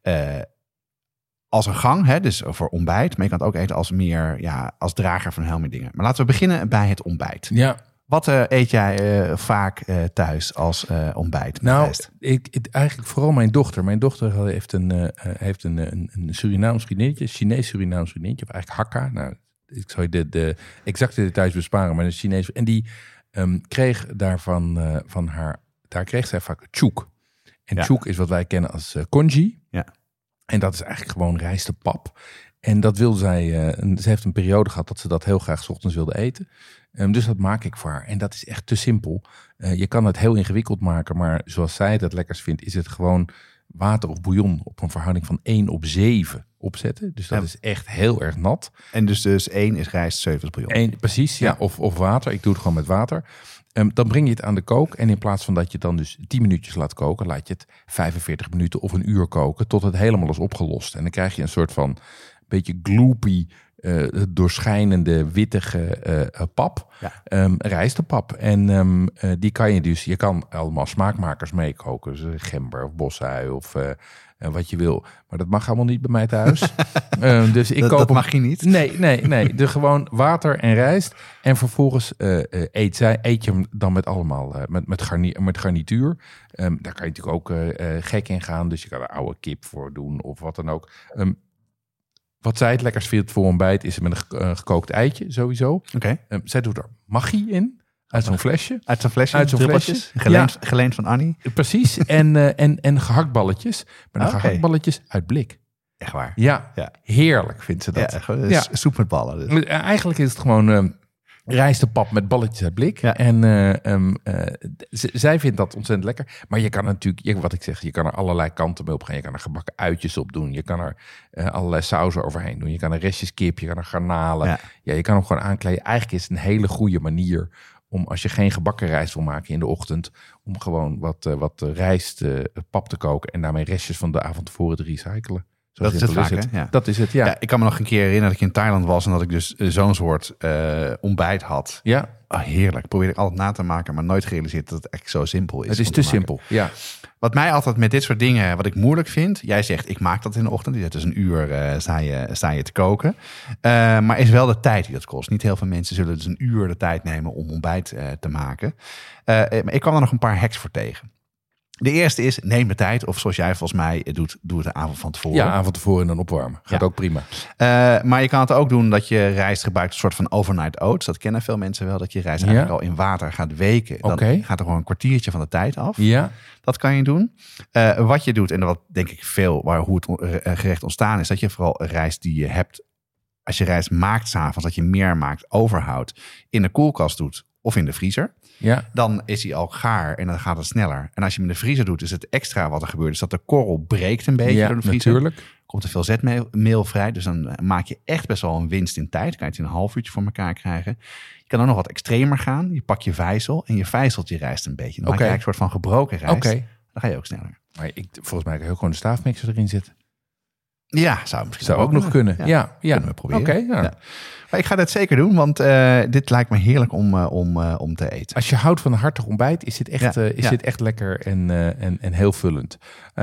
Speaker 2: een gang, hè, dus voor ontbijt. Maar je kan het ook eten als als drager van heel meer dingen. Maar laten we beginnen bij het ontbijt.
Speaker 3: Ja.
Speaker 2: Wat eet jij vaak thuis als ontbijt?
Speaker 3: Eigenlijk vooral mijn dochter. Mijn dochter heeft een Surinaams vriendinnetje, Chinees-Surinaams vriendinnetje, of eigenlijk Hakka. Nou, ik zal je de exacte details besparen, maar een Chinees. En die kreeg daar kreeg zij vaak chouk. En chouk is wat wij kennen als congee. Ja. En dat is eigenlijk gewoon rijstepap. En dat wil zij, ze heeft een periode gehad dat ze dat heel graag 's ochtends wilde eten. Dus dat maak ik voor haar. En dat is echt te simpel. Je kan het heel ingewikkeld maken, maar zoals zij het lekkers vindt, is het gewoon water of bouillon op een verhouding van 1:7 opzetten. Dus dat is echt heel erg nat.
Speaker 2: En dus 1 is rijst, 7 is bouillon.
Speaker 3: 1, precies, ja. Of water. Ik doe het gewoon met water. Dan breng je het aan de kook. En in plaats van dat je het dan dus 10 minuutjes laat koken, laat je het 45 minuten of een uur koken tot het helemaal is opgelost. En dan krijg je een soort van beetje gloopy, doorschijnende, wittige pap. Ja. Rijstepap. En die kan je kan allemaal smaakmakers meekoken. Dus gember of bosui of wat je wil. Maar dat mag allemaal niet bij mij thuis. Dus ik koop
Speaker 2: dat mag je niet?
Speaker 3: Nee. Dus gewoon water en rijst. En vervolgens eet je hem dan met allemaal met garnituur. Daar kan je natuurlijk ook gek in gaan. Dus je kan er oude kip voor doen of wat dan ook. Wat zij het lekkers vindt voor ontbijt is met een gekookt eitje sowieso.
Speaker 2: Okay.
Speaker 3: Zij doet er magie in. Uit zo'n flesje.
Speaker 2: Uit zo'n flesje. Geleend van Annie.
Speaker 3: Precies. En gehaktballetjes. Maar dan gehaktballetjes uit blik.
Speaker 2: Echt waar?
Speaker 3: Ja. Heerlijk vindt ze dat.
Speaker 2: Soep met ballen. Dus.
Speaker 3: Eigenlijk is het gewoon rijstepap met balletjes uit blik. Ja. En zij vindt dat ontzettend lekker. Maar je kan natuurlijk, wat ik zeg, je kan er allerlei kanten mee op gaan. Je kan er gebakken uitjes op doen. Je kan er allerlei sauzen overheen doen. Je kan er restjes kip, je kan er garnalen. Ja, je kan hem gewoon aankleden. Eigenlijk is het een hele goede manier om, als je geen gebakken rijst wil maken in de ochtend, om gewoon wat rijstpap te koken en daarmee restjes van de avond tevoren te recyclen.
Speaker 2: Dat is het vaak, hè? Ja.
Speaker 3: Dat is het, ja.
Speaker 2: Ik kan me nog een keer herinneren dat ik in Thailand was en dat ik dus zo'n soort ontbijt had.
Speaker 3: Ja.
Speaker 2: Heerlijk. Probeer ik altijd na te maken, maar nooit gerealiseerd dat het echt zo simpel is.
Speaker 3: Het is te simpel, ja.
Speaker 2: Wat mij altijd met dit soort dingen, wat ik moeilijk vind. Jij zegt, ik maak dat in de ochtend. Je zegt dus een uur sta je te koken. Maar is wel de tijd die dat kost. Niet heel veel mensen zullen dus een uur de tijd nemen om ontbijt te maken. Maar ik kwam er nog een paar hacks voor tegen. De eerste is, neem de tijd. Of zoals jij volgens mij doet, doe het de avond van tevoren.
Speaker 3: Ja, avond tevoren en dan opwarmen. Gaat ook prima.
Speaker 2: Maar je kan het ook doen dat je rijst gebruikt, een soort van overnight oats. Dat kennen veel mensen wel, dat je rijst eigenlijk al in water gaat weken. Dan gaat er gewoon een kwartiertje van de tijd af.
Speaker 3: Ja.
Speaker 2: Dat kan je doen. Wat je doet, en wat denk ik hoe het gerecht ontstaan is, dat je vooral rijst die je hebt, als je rijst maakt 's avonds, dat je meer maakt, overhoudt, in de koelkast doet of in de vriezer.
Speaker 3: Ja.
Speaker 2: Dan is hij al gaar en dan gaat het sneller. En als je hem in de vriezer doet, is het extra wat er gebeurt, is dat de korrel breekt een beetje door de vriezer.
Speaker 3: Natuurlijk.
Speaker 2: komt er veel zetmeel vrij. Dus dan maak je echt best wel een winst in tijd. Dan kan je het in een half uurtje voor elkaar krijgen. Je kan ook nog wat extremer gaan. Je pakt je vijzel en je vijzelt je rijst een beetje. Dan maak je eigenlijk een soort van gebroken rijst. Dan ga je ook sneller.
Speaker 3: Maar volgens mij kan je ook gewoon de staafmixer erin zetten.
Speaker 2: Ja, zou ook nog kunnen.
Speaker 3: Ja.
Speaker 2: Kunnen we proberen. Maar ik ga dat zeker doen, want dit lijkt me heerlijk om te eten.
Speaker 3: Als je houdt van een hartig ontbijt, is dit echt lekker en heel vullend.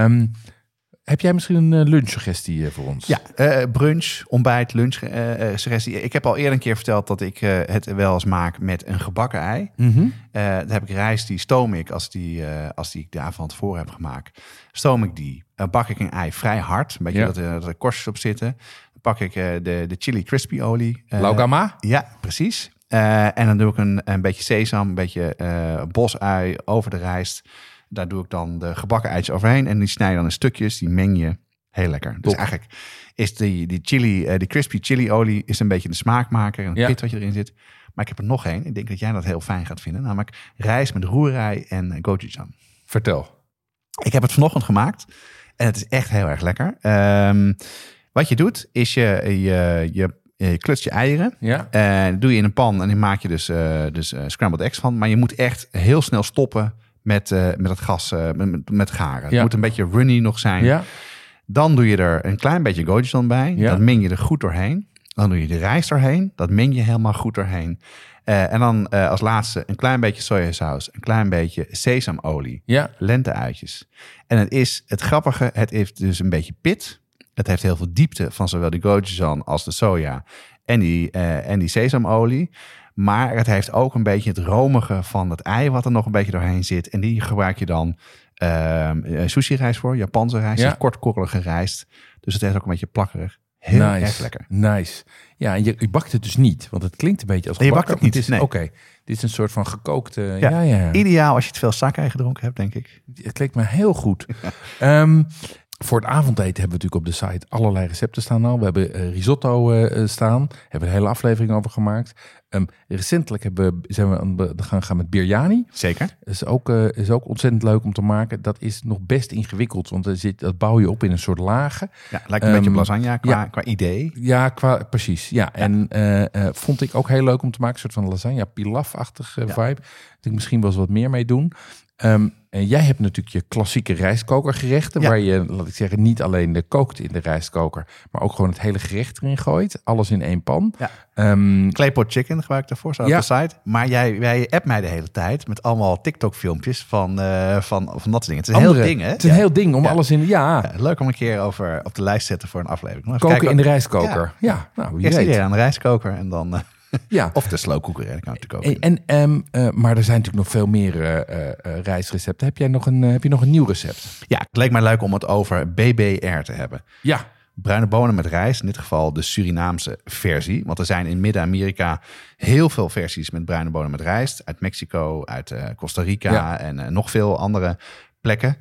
Speaker 3: Heb jij misschien een lunchsuggestie voor ons?
Speaker 2: Ja, brunch, ontbijt, lunch suggestie. Ik heb al eerder een keer verteld dat ik het wel eens maak met een gebakken ei.
Speaker 3: Mm-hmm.
Speaker 2: Dan heb ik rijst, die stoom ik als die ik de avond van tevoren heb gemaakt. Stoom ik die, bak ik een ei vrij hard. Een beetje dat er korstjes op zitten. Dan pak ik de chili crispy olie.
Speaker 3: Laugama?
Speaker 2: Ja, precies. En dan doe ik een beetje sesam, een beetje bosui over de rijst. Daar doe ik dan de gebakken eitjes overheen. En die snij je dan in stukjes. Die meng je. Heel lekker. Dus eigenlijk is die crispy chili olie is een beetje de smaakmaker. En het pit wat je erin zit. Maar ik heb er nog één. Ik denk dat jij dat heel fijn gaat vinden. Namelijk rijst met roerei en gochujang.
Speaker 3: Vertel.
Speaker 2: Ik heb het vanochtend gemaakt. En het is echt heel erg lekker. Wat je doet is je klutst je eieren. Ja. Doe je in een pan. En die maak je dus scrambled eggs van. Maar je moet echt heel snel stoppen met het gas, met garen. Het moet een beetje runny nog zijn. Ja. Dan doe je er een klein beetje gochujang bij. Ja. Dat meng je er goed doorheen. Dan doe je de rijst doorheen. Dat meng je helemaal goed doorheen. En dan als laatste een klein beetje sojasaus. Een klein beetje sesamolie. Ja. Lente-uitjes. En het grappige, het heeft dus een beetje pit. Het heeft heel veel diepte van zowel die gochujang als de soja. En die sesamolie. Maar het heeft ook een beetje het romige van het ei wat er nog een beetje doorheen zit. En die gebruik je dan sushi rijst voor, Japanse rijst, kortkorrelige rijst. Dus het is ook een beetje plakkerig. Heel erg lekker.
Speaker 3: Nice. Ja, en je bakt het dus niet, want het klinkt een beetje als gebakken.
Speaker 2: Je bakt het niet.
Speaker 3: Oké, dit is een soort van gekookte...
Speaker 2: Ja. Ideaal als je te veel sake gedronken hebt, denk ik.
Speaker 3: Het klinkt me heel goed. Voor het avondeten hebben we natuurlijk op de site allerlei recepten staan al. We hebben risotto staan. Hebben we een hele aflevering over gemaakt. Recentelijk zijn we aan de gang gegaan met biryani.
Speaker 2: Zeker.
Speaker 3: Dat is ook ontzettend leuk om te maken. Dat is nog best ingewikkeld, want dat bouw je op in een soort lagen.
Speaker 2: Ja, lijkt een beetje op lasagne qua idee.
Speaker 3: Ja, precies. Ja. En vond ik ook heel leuk om te maken. Een soort van lasagne pilaf-achtige vibe. Dat ik misschien wel eens wat meer mee doen. En jij hebt natuurlijk je klassieke rijstkokergerechten, waar je, laat ik zeggen, niet alleen kookt in de rijstkoker, maar ook gewoon het hele gerecht erin gooit. Alles in één pan.
Speaker 2: Ja. Claypot chicken gebruik ik daarvoor, zo op de site. Maar jij appt mij de hele tijd met allemaal TikTok-filmpjes van dat soort dingen. Het is een heel ding, hè?
Speaker 3: Het is een heel ding om alles in...
Speaker 2: leuk om een keer op de lijst te zetten voor een aflevering.
Speaker 3: Koken kijken in de rijstkoker. Ja, nou, wie weet.
Speaker 2: Eerst iedereen aan de rijstkoker en dan... Of de slow cooker, dat kan natuurlijk ook.
Speaker 3: Maar er zijn natuurlijk nog veel meer rijstrecepten. Heb je nog een nieuw recept?
Speaker 2: Ja, het leek mij leuk om het over BBR te hebben.
Speaker 3: Ja.
Speaker 2: Bruine bonen met rijst, in dit geval de Surinaamse versie. Want er zijn in Midden-Amerika heel veel versies met bruine bonen met rijst. Uit Mexico, uit Costa Rica en nog veel andere plekken.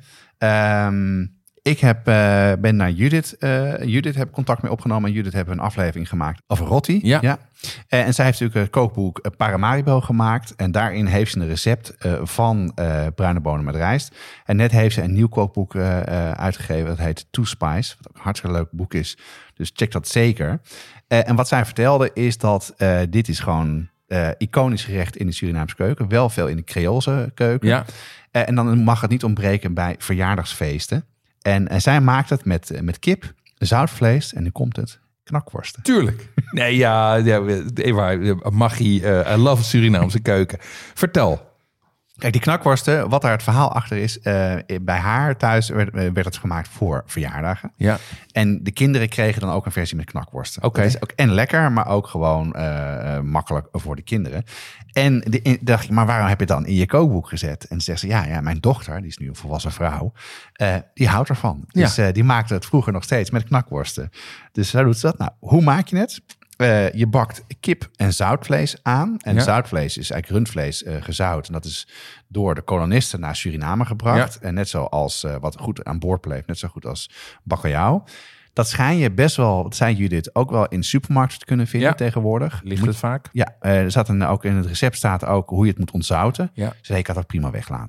Speaker 2: Ik ben naar Judith. Judith heb contact mee opgenomen. En Judith hebben een aflevering gemaakt over roti. Ja. En zij heeft natuurlijk het kookboek Paramaribo gemaakt. En daarin heeft ze een recept van bruine bonen met rijst. En net heeft ze een nieuw kookboek uitgegeven. Dat heet Two Spice. Wat ook een hartstikke leuk boek is. Dus check dat zeker. En wat zij vertelde is dat dit is gewoon iconisch gerecht in de Surinaamse keuken. Wel veel in de Creoolse keuken. Ja. En dan mag het niet ontbreken bij verjaardagsfeesten. En zij maakt het met kip, zoutvlees en nu komt het, knakworsten.
Speaker 3: Tuurlijk. Nee, magie, I love Surinaamse keuken. Vertel.
Speaker 2: Kijk, die knakworsten, wat daar het verhaal achter is... bij haar thuis werd het gemaakt voor verjaardagen. Ja. En de kinderen kregen dan ook een versie met knakworsten.
Speaker 3: Okay.
Speaker 2: Dat is ook en lekker, maar ook gewoon makkelijk voor de kinderen. En dacht ik, maar waarom heb je het dan in je kookboek gezet? En zegt ze, ja, mijn dochter, die is nu een volwassen vrouw... die houdt ervan. Dus die maakte het vroeger nog steeds met knakworsten. Dus zo doet ze dat. Nou, hoe maak je het? Je bakt kip en zoutvlees aan. En zoutvlees is eigenlijk rundvlees gezout. En dat is door de kolonisten naar Suriname gebracht. En net zoals wat goed aan boord bleef. Net zo goed als bacalhau. Dat schijn je best wel, dat zei Judith, ook wel in supermarkten te kunnen vinden tegenwoordig.
Speaker 3: Ligt het vaak?
Speaker 2: Ja, er zat ook in het recept staat ook hoe je het moet ontzouten. Ja. Dus ik had dat prima weglaten.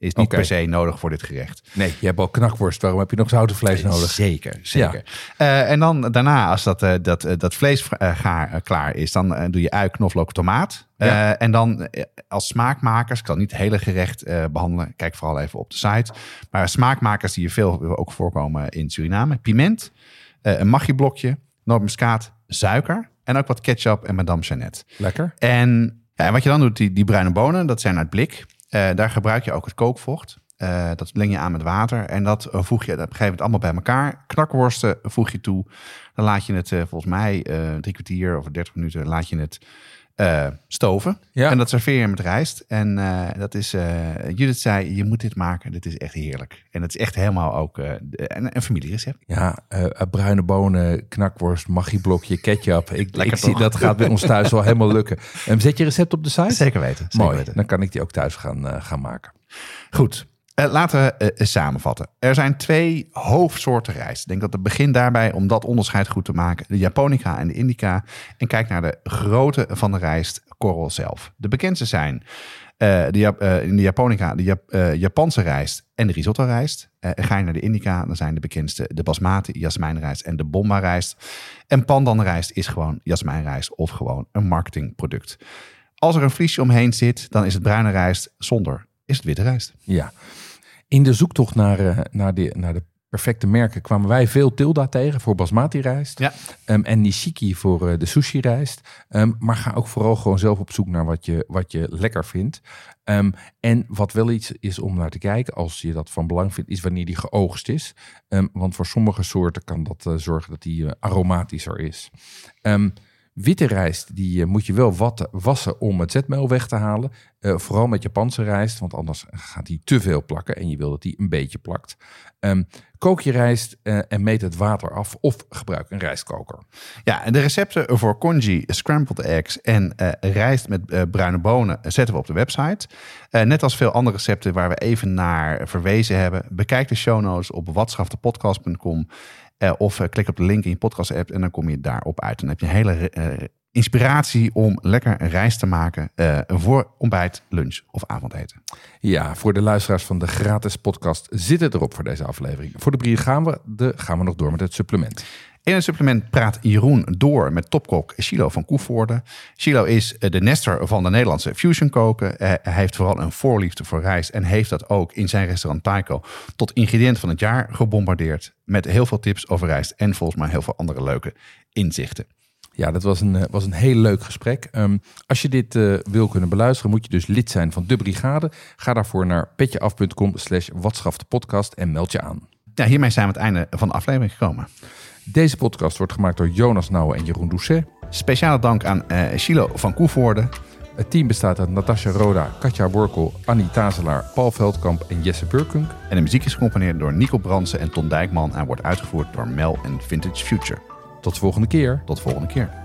Speaker 2: Is niet per se nodig voor dit gerecht.
Speaker 3: Nee, je hebt al knakworst. Waarom heb je nog zoute vlees nodig?
Speaker 2: Zeker. Ja. En dan daarna, als dat vlees klaar is, dan doe je ui, knoflook, tomaat. Ja. En dan als smaakmakers, ik kan niet het hele gerecht behandelen. Kijk vooral even op de site. Maar smaakmakers die je veel ook voorkomen in Suriname. Piment, een maggi-blokje, nootmuskaat, suiker en ook wat ketchup en madame Jeannette.
Speaker 3: Lekker.
Speaker 2: En wat je dan doet, die bruine bonen, dat zijn uit blik. Daar gebruik je ook het kookvocht. Dat meng je aan met water. En dat voeg je op een gegeven moment allemaal bij elkaar. Knakworsten voeg je toe. Dan laat je het volgens mij 3 kwartier of 30 minuten laat je het stoven. Ja. En dat serveer je met rijst. En dat is, Judith zei, je moet dit maken. Dit is echt heerlijk. En het is echt helemaal ook een familierecept.
Speaker 3: Ja, bruine bonen, knakworst, maggi-blokje, ketchup. Ik zie dat gaat bij ons thuis wel helemaal lukken. Zet je recept op de site?
Speaker 2: Zeker weten.
Speaker 3: Mooi, dan kan ik die ook thuis gaan maken.
Speaker 2: Goed. Laten we samenvatten. Er zijn 2 hoofdsoorten rijst. Ik denk dat het begint daarbij om dat onderscheid goed te maken. De Japonica en de Indica. En kijk naar de grootte van de rijstkorrel zelf. De bekendste zijn in de Japonica de Japanse rijst en de risotto rijst. Ga je naar de Indica, dan zijn de bekendste de basmati, jasmijnrijst en de bomba rijst. En pandan rijst is gewoon jasmijnrijst of gewoon een marketingproduct. Als er een vliesje omheen zit, dan is het bruine rijst. Zonder is het witte rijst.
Speaker 3: Ja. In de zoektocht naar de perfecte merken kwamen wij veel Tilda tegen voor basmati rijst. Ja. En Nishiki voor de sushi rijst. Maar ga ook vooral gewoon zelf op zoek naar wat je lekker vindt. En wat wel iets is om naar te kijken, als je dat van belang vindt, is wanneer die geoogst is. Want voor sommige soorten kan dat zorgen dat die aromatischer is. Witte rijst die moet je wel wassen om het zetmeel weg te halen. Vooral met Japanse rijst, want anders gaat die te veel plakken. En je wil dat die een beetje plakt. Kook je rijst en meet het water af of gebruik een rijstkoker.
Speaker 2: Ja, en de recepten voor congee, scrambled eggs en rijst met bruine bonen zetten we op de website. Net als veel andere recepten waar we even naar verwezen hebben. Bekijk de show notes op watschaftepodcast.com. Of klik op de link in je podcast-app en dan kom je daarop uit. Dan heb je een hele inspiratie om lekker een rijst te maken voor ontbijt, lunch of avondeten.
Speaker 3: Ja, voor de luisteraars van de gratis podcast zit het erop voor deze aflevering. Voor de brief gaan we nog door met het supplement.
Speaker 2: In het supplement praat Jeroen door met topkok Chilo van Koevoorde. Chilo is de Nestor van de Nederlandse fusion koken. Hij heeft vooral een voorliefde voor rijst en heeft dat ook in zijn restaurant Taiko tot ingrediënt van het jaar gebombardeerd. Met heel veel tips over rijst en volgens mij heel veel andere leuke inzichten.
Speaker 3: Ja, dat was een heel leuk gesprek. Als je dit wil kunnen beluisteren, moet je dus lid zijn van de brigade. Ga daarvoor naar petjeaf.com/watschaftepodcast en meld je aan.
Speaker 2: Ja, hiermee zijn we aan het einde van de aflevering gekomen.
Speaker 3: Deze podcast wordt gemaakt door Jonas Nouwen en Jeroen Doucet.
Speaker 2: Speciale dank aan Chilo van Koevoorde.
Speaker 3: Het team bestaat uit Natasja Roda, Katja Borkel, Annie Tazelaar, Paul Veldkamp en Jesse Burkunk.
Speaker 2: En de muziek is gecomponeerd door Nico Brandsen en Ton Dijkman en wordt uitgevoerd door Mel en Vintage Future.
Speaker 3: Tot de volgende keer.
Speaker 2: Tot de volgende keer.